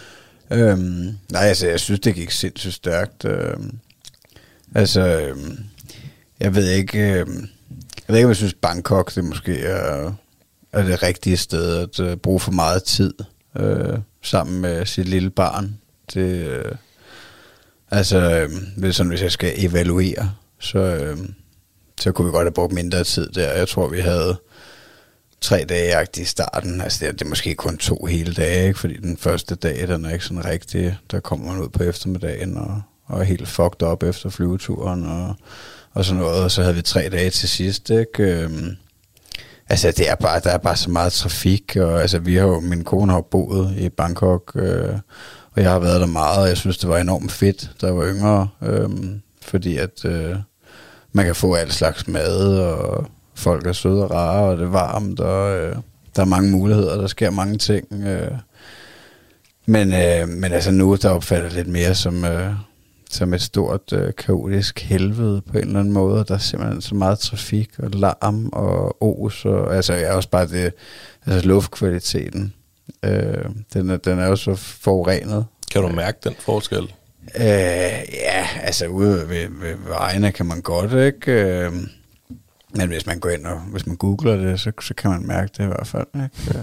Øhm, nej, altså, jeg synes, det gik sindssygt stærkt. Øhm, altså, øhm, jeg ved ikke, øhm, jeg ved ikke, om jeg synes, Bangkok, det måske er, er det rigtige sted at øh, bruge for meget tid øh, sammen med sit lille barn. Det, øh, altså, øh, det er sådan, hvis jeg skal evaluere, så, øh, så kunne vi godt have brugt mindre tid der. Jeg tror, vi havde tre dage i starten. Altså, det er, det er måske kun to hele dage, ikke? Fordi den første dag, den er ikke sådan rigtig. Der kommer man ud på eftermiddagen og, og er helt fucked up efter flyveturen og, og sådan noget. Og så havde vi tre dage til sidst, ikke? Øhm, altså, det er bare, der er bare så meget trafik. Og altså, vi har jo, min kone har boet i Bangkok, øh, og jeg har været der meget, og jeg synes, det var enormt fedt, da jeg var yngre. Øh, fordi at øh, man kan få alt slags mad, og folk er søde og rare, og det er varmt, og øh, der er mange muligheder, der sker mange ting. Øh. Men, øh, men altså nu, der opfatter det lidt mere som, øh, som et stort, øh, kaotisk helvede på en eller anden måde. Der er simpelthen så meget trafik og larm og os, og altså jeg er også bare det, altså luftkvaliteten, øh, den, er, den er jo så forurenet. Kan du mærke den forskel? Øh, ja, altså ude ved, ved vejene kan man godt, ikke? Øh, Men hvis man går ind og hvis man googler det, så, så kan man mærke det i hvert fald. Ikke?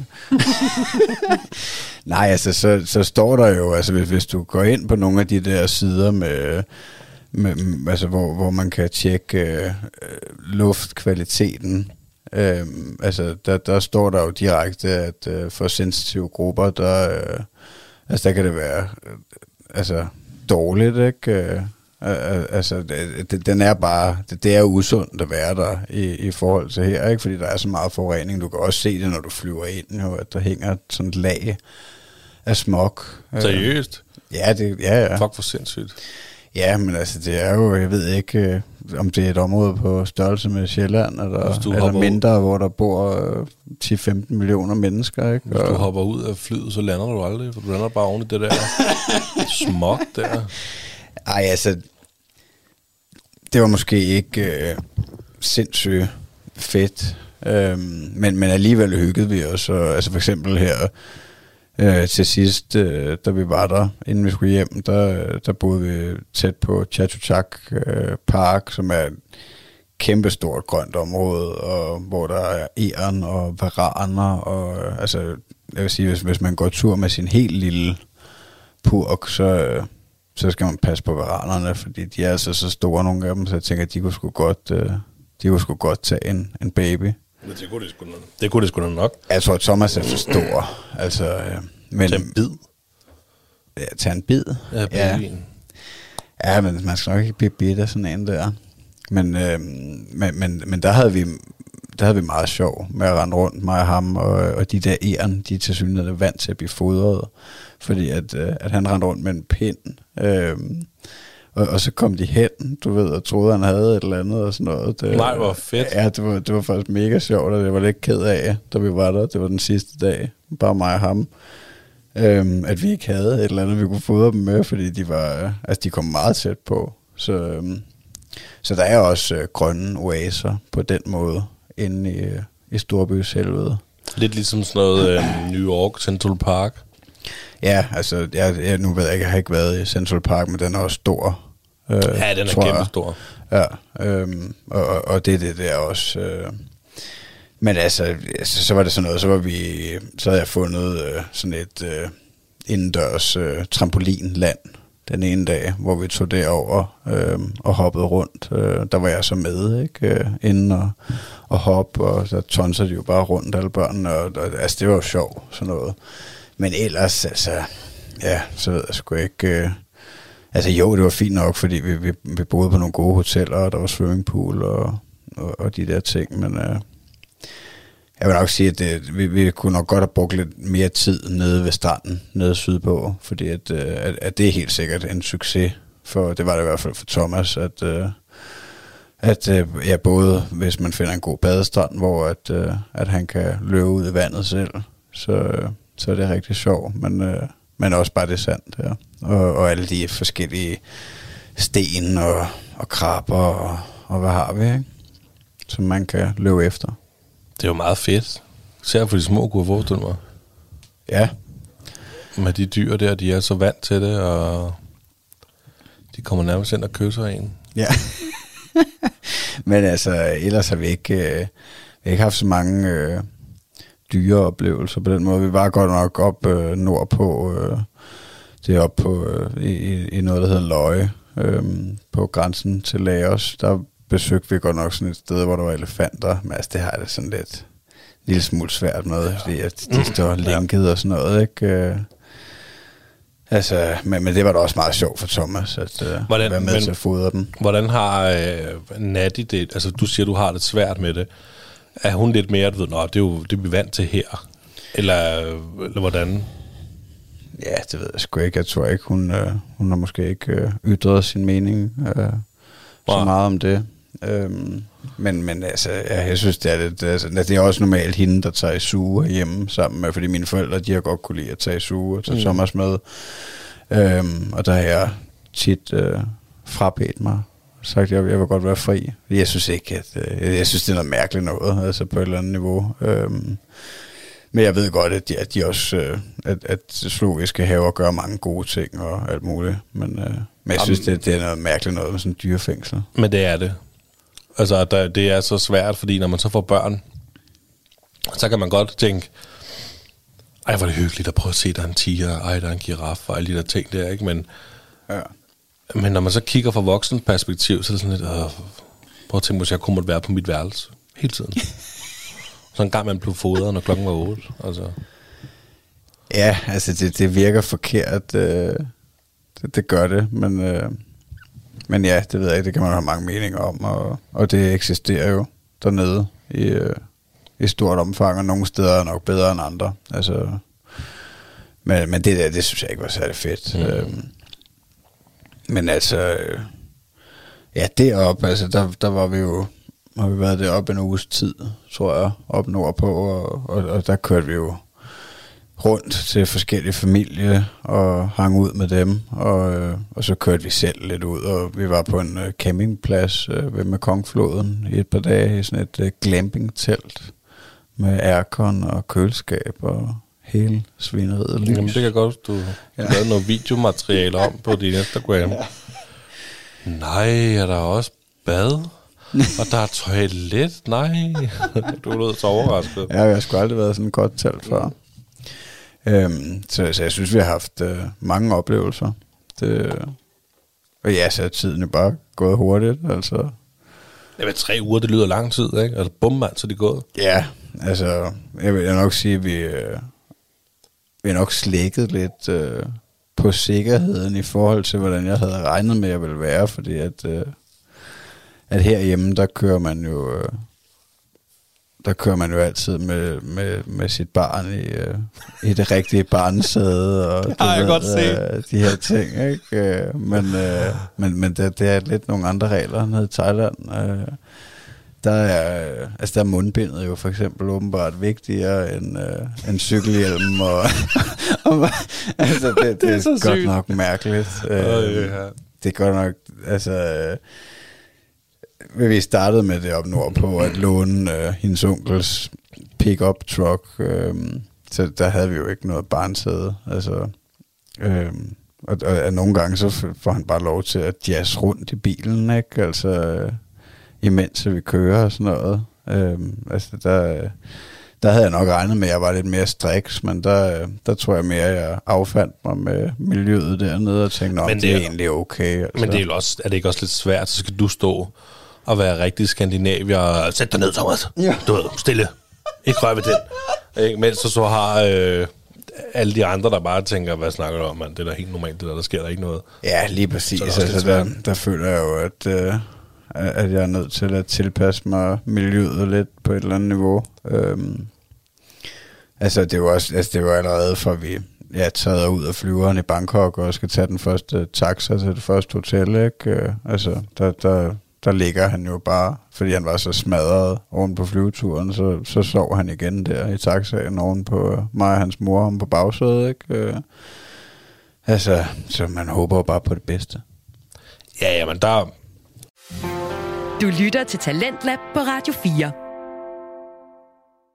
Nej, altså så, så står der jo, altså hvis, hvis du går ind på nogle af de der sider med, med altså hvor, hvor man kan tjekke øh, luftkvaliteten, øh, altså der, der står der jo direkte, at øh, for sensitive grupper, der, øh, altså der kan det være øh, altså dårligt, ikke? Øh, Altså, det, den er bare, det, det er jo usundt at være der i, i forhold til her, ikke? Fordi der er så meget forurening. Du kan også se det, når du flyver ind, jo, at der hænger sådan et lag af smog. Seriøst? Ja, det, ja, ja. Fuck, for sindssygt. Ja, men altså, det er jo, jeg ved ikke, om det er et område på størrelse med Sjælland, eller, eller mindre, ud, hvor der bor ti til femten millioner mennesker, ikke? Hvis du og hopper ud af flyet, så lander du aldrig, for du lander bare oven i det der smog der. Ej, altså, det var måske ikke øh, sindssygt fedt, øhm, men, men alligevel hyggede vi os. Og, altså for eksempel her øh, til sidst, øh, da vi var der, inden vi skulle hjem, der, der boede vi tæt på Chatuchak øh, Park, som er et kæmpestort grønt område, og hvor der er egern og varaner. Og, øh, altså, jeg vil sige, hvis, hvis man går tur med sin helt lille purk, så... Øh, så skal man passe på varanerne, fordi de er altså så store, nogle af dem, så jeg tænker, at de kunne sgu godt, øh, de kunne sgu godt tage en, en baby. Men det kunne det sgu nok. Det kunne det sgu nok. Jeg tror, at Thomas er for stor. Altså, øh, men, tage en bid? Ja, tage en bid. Ja, babyen. Ja. Ja, men man skal nok ikke blive bidt af sådan en der. Men, øh, men, men, men der havde vi... Der havde vi meget sjov med at rende rundt, mig og ham, og, og de der egern, de er til synligheden vant til at blive fodret, fordi at, at han rendte rundt med en pind, øhm, og, og så kom de hen, du ved, og troede, han havde et eller andet og sådan noget. Det, Nej, hvor fedt. Ja, det var, det var faktisk mega sjovt, og det var lidt ked af, da vi var der. Det var den sidste dag, bare mig og ham, øhm, at vi ikke havde et eller andet, vi kunne fodre dem med, fordi de var, altså de kom meget tæt på. Så, øhm, så der er også øh, grønne oaser på den måde, inde i, i Storbys helvede. Lidt ligesom sådan noget øh, New York, Central Park. Ja, altså, jeg, jeg, nu ved jeg ikke, jeg har ikke været i Central Park, men den er også stor. Øh, ja, den er kæmpe stor. Ja, øhm, og, og, og det er det der også. Øh. Men altså, så, så var det sådan noget, så var vi, så havde jeg fundet øh, sådan et øh, indendørs øh, trampolinland den ene dag, hvor vi tog derover øh, og hoppede rundt. Øh, der var jeg så med, ikke? Øh, inden og, og hoppe, og så tonser de jo bare rundt, alle børnene, og, og altså, det var jo sjovt, sådan noget. Men ellers, altså, ja, så ved jeg sgu ikke... Øh, altså jo, det var fint nok, fordi vi, vi, vi boede på nogle gode hoteller, og der var swimmingpool og, og, og de der ting, men... Øh, jeg vil nok sige, at det, vi, vi kunne nok godt have brugt lidt mere tid nede ved stranden, nede sydpå, fordi at, at, at det er helt sikkert en succes, for det var det i hvert fald for Thomas, at, at ja, både hvis man finder en god badestrand, hvor at, at han kan løbe ud i vandet selv, så, så er det rigtig sjovt, men, men også bare det sandt, ja. og, og alle de forskellige sten og, og krabber, og, og hvad har vi, ikke? Som man kan løbe efter. Det er jo meget fedt. Især for de små kunne jeg forestille mig. Ja. med de dyr der, de er så vant til det, og de kommer nærmest ind og kysser en. Ja. Men altså, ellers har vi ikke, øh, vi har ikke haft så mange øh, dyreoplevelser på den måde. Vi var godt nok op øh, nordpå, øh, det er oppe på, øh, i, i noget, der hedder Løje, øh, på grænsen til Laos. Der besøgte vi godt nok sådan et sted, hvor der var elefanter, men altså, det har det sådan lidt en lille smule svært med, ja. Fordi at de står lænket og sådan noget, ikke? Øh, altså, men, men det var da også meget sjovt for Thomas, at øh, hvordan, være med men, til at fodre den. Hvordan har øh, Natty det? Altså, du siger, du har det svært med det. Er hun lidt mere, du ved, nå, det er jo det, vi er vant til her? Eller, eller hvordan? Ja, det ved jeg sgu ikke. Jeg tror ikke, hun, øh, hun har måske ikke øh, ytret sin mening øh, så meget om det. Øhm, men, men altså, ja, jeg synes, det er, lidt, altså, det er også normalt hende, der tager i suge hjemme sammen med, fordi mine forældre, de har godt kunne lide at tage i suge og tage mm. Thomas med. Øhm, og der har jeg tit øh, frabedt mig og sagt, at jeg, jeg vil godt være fri. Jeg synes ikke, at øh, jeg synes, det er noget mærkeligt noget, altså på et eller andet niveau. Øhm, men jeg ved godt, at de, at de også, øh, at, at zoologiske haver gør mange gode ting og alt muligt. Men, øh, men jeg synes, det, det er noget mærkeligt noget med sådan en dyrefængsel. Men det er det. Altså, der, det er så svært, fordi når man så får børn, så kan man godt tænke, ej, hvor er det hyggeligt at prøve at se, der er en tiger, ej, der er en giraf, og alle de der ting der, ikke? Men, ja. Men når man så kigger fra voksen perspektiv, så er det sådan lidt, øh, prøv at tænke, hvis jeg kunne måtte være på mit værelse hele tiden. Så en gang man blev fodret, når klokken var otte. Altså. Ja, altså, det, det virker forkert. Øh, det, det gør det, men... Øh Men ja, det ved jeg ikke, det kan man have mange meninger om, og, og det eksisterer jo dernede i, øh, i stort omfang, og nogle steder er nok bedre end andre. Altså, men, men det der, det synes jeg ikke var særlig fedt. Mm. Øhm, men altså, øh, ja, deroppe, altså, der, der var vi jo, har vi været deroppe en uges tid, tror jeg, op nordpå, og, og, og der kørte vi jo rundt til forskellige familier og hang ud med dem, og, øh, og så kørte vi selv lidt ud, og vi var på en øh, campingplads øh, ved Mekongfloden i et par dage i sådan et øh, glamping-telt med aircon og køleskab og hele svineriet lys. Jamen det kan godt, du ja. har lavet noget videomateriale om på din Instagram. Ja. Nej, er der også bad? Og der er toilet? Nej. Du er nødt så overrasket. Ja, jeg har sgu aldrig været sådan et godt telt før. Øhm, så, så jeg synes, vi har haft øh, mange oplevelser. Det, og ja, så er tiden jo bare gået hurtigt. Altså. Ja, men tre uger, det lyder lang tid, ikke? Altså, bum, mand, så det er gået. Ja, altså, jeg vil nok sige, at vi, øh, vi har nok slækket lidt øh, på sikkerheden i forhold til, hvordan jeg havde regnet med, at jeg ville være. Fordi at, øh, at herhjemme, der kører man jo... Øh, Der kører man jo altid med, med, med sit barn i, uh, i det rigtige barnesæde og det har jeg ved, godt set. Uh, de her ting, ikke? Uh, men uh, men, men det, det er lidt nogle andre regler nede i Thailand. Uh, der er uh, altså der er mundbindet jo for eksempel åbenbart vigtigere end, uh, end cykelhjelmen. og, og altså det, det, det er, er godt sygt. Nok mærkeligt. Uh, oh, yeah. Det er godt nok altså... Uh, vi startede med det op nordpå at låne øh, hendes onkels pick-up truck, øh, så der havde vi jo ikke noget barnsæde. Altså, øh, og, og, og nogle gange så får han bare lov til at jazze rundt i bilen, ikke? Altså, øh, imens vi kører og sådan noget. Øh, altså, der, der havde jeg nok regnet med, at jeg var lidt mere striks, men der, der tror jeg mere, at jeg affandt mig med miljøet dernede og tænkte, nå, det, det er egentlig okay. Altså. Men det er, også, er det ikke også lidt svært, så skal du stå og være rigtig skandinavier og sæt dig ned, Thomas. Ja. Du ved, stille. Ikke rør ved den. Mens du så har øh, alle de andre, der bare tænker, hvad snakker du om, mand? Det er da helt normalt, det der, der sker der ikke noget. Ja, lige præcis. Så altså, der, der føler jeg jo, at, øh, at jeg er nødt til at tilpasse mig miljøet lidt på et eller andet niveau. Øhm, altså, det var også, altså, det var allerede for vi ja, taget ud af flyveren i Bangkok og skal tage den første taxa til det første hotel, ikke? Øh, altså, der... der Der ligger han jo bare, fordi han var så smadret oven på flyveturen, så, så sov han igen der i taxaen oven på mig og hans mor om på bagsædet, ikke? Øh, altså, så man håber jo bare på det bedste. Ja, ja, men der... Du lytter til Talentlab på Radio fire.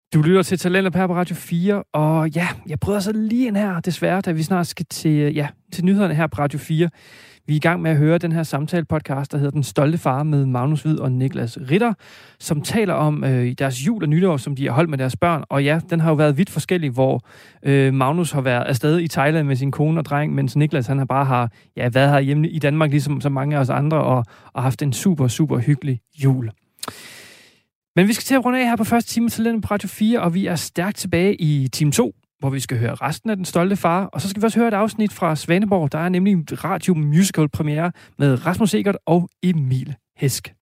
Du lytter til Talentet her på Radio fire, og ja, jeg prøver så lige en her, desværre, da vi snart skal til, ja, til nyhederne her på Radio fire. Vi er i gang med at høre den her samtale-podcast, der hedder Den Stolte Far med Magnus Hvid og Niklas Ritter, som taler om øh, deres jul og nytår, som de har holdt med deres børn. Og ja, den har jo været vidt forskellig, hvor øh, Magnus har været afsted i Thailand med sin kone og dreng, mens Niklas han har bare har ja, været her hjemme i Danmark, ligesom så mange af os andre, og, og haft en super, super hyggelig jul. Men vi skal til at runde af her på første time til på Radio fire, og vi er stærkt tilbage i time to, hvor vi skal høre resten af Den Stolte Far. Og så skal vi også høre et afsnit fra Svaneborg. Der er nemlig en radio musical premiere med Rasmus Egert og Emil Hæsk.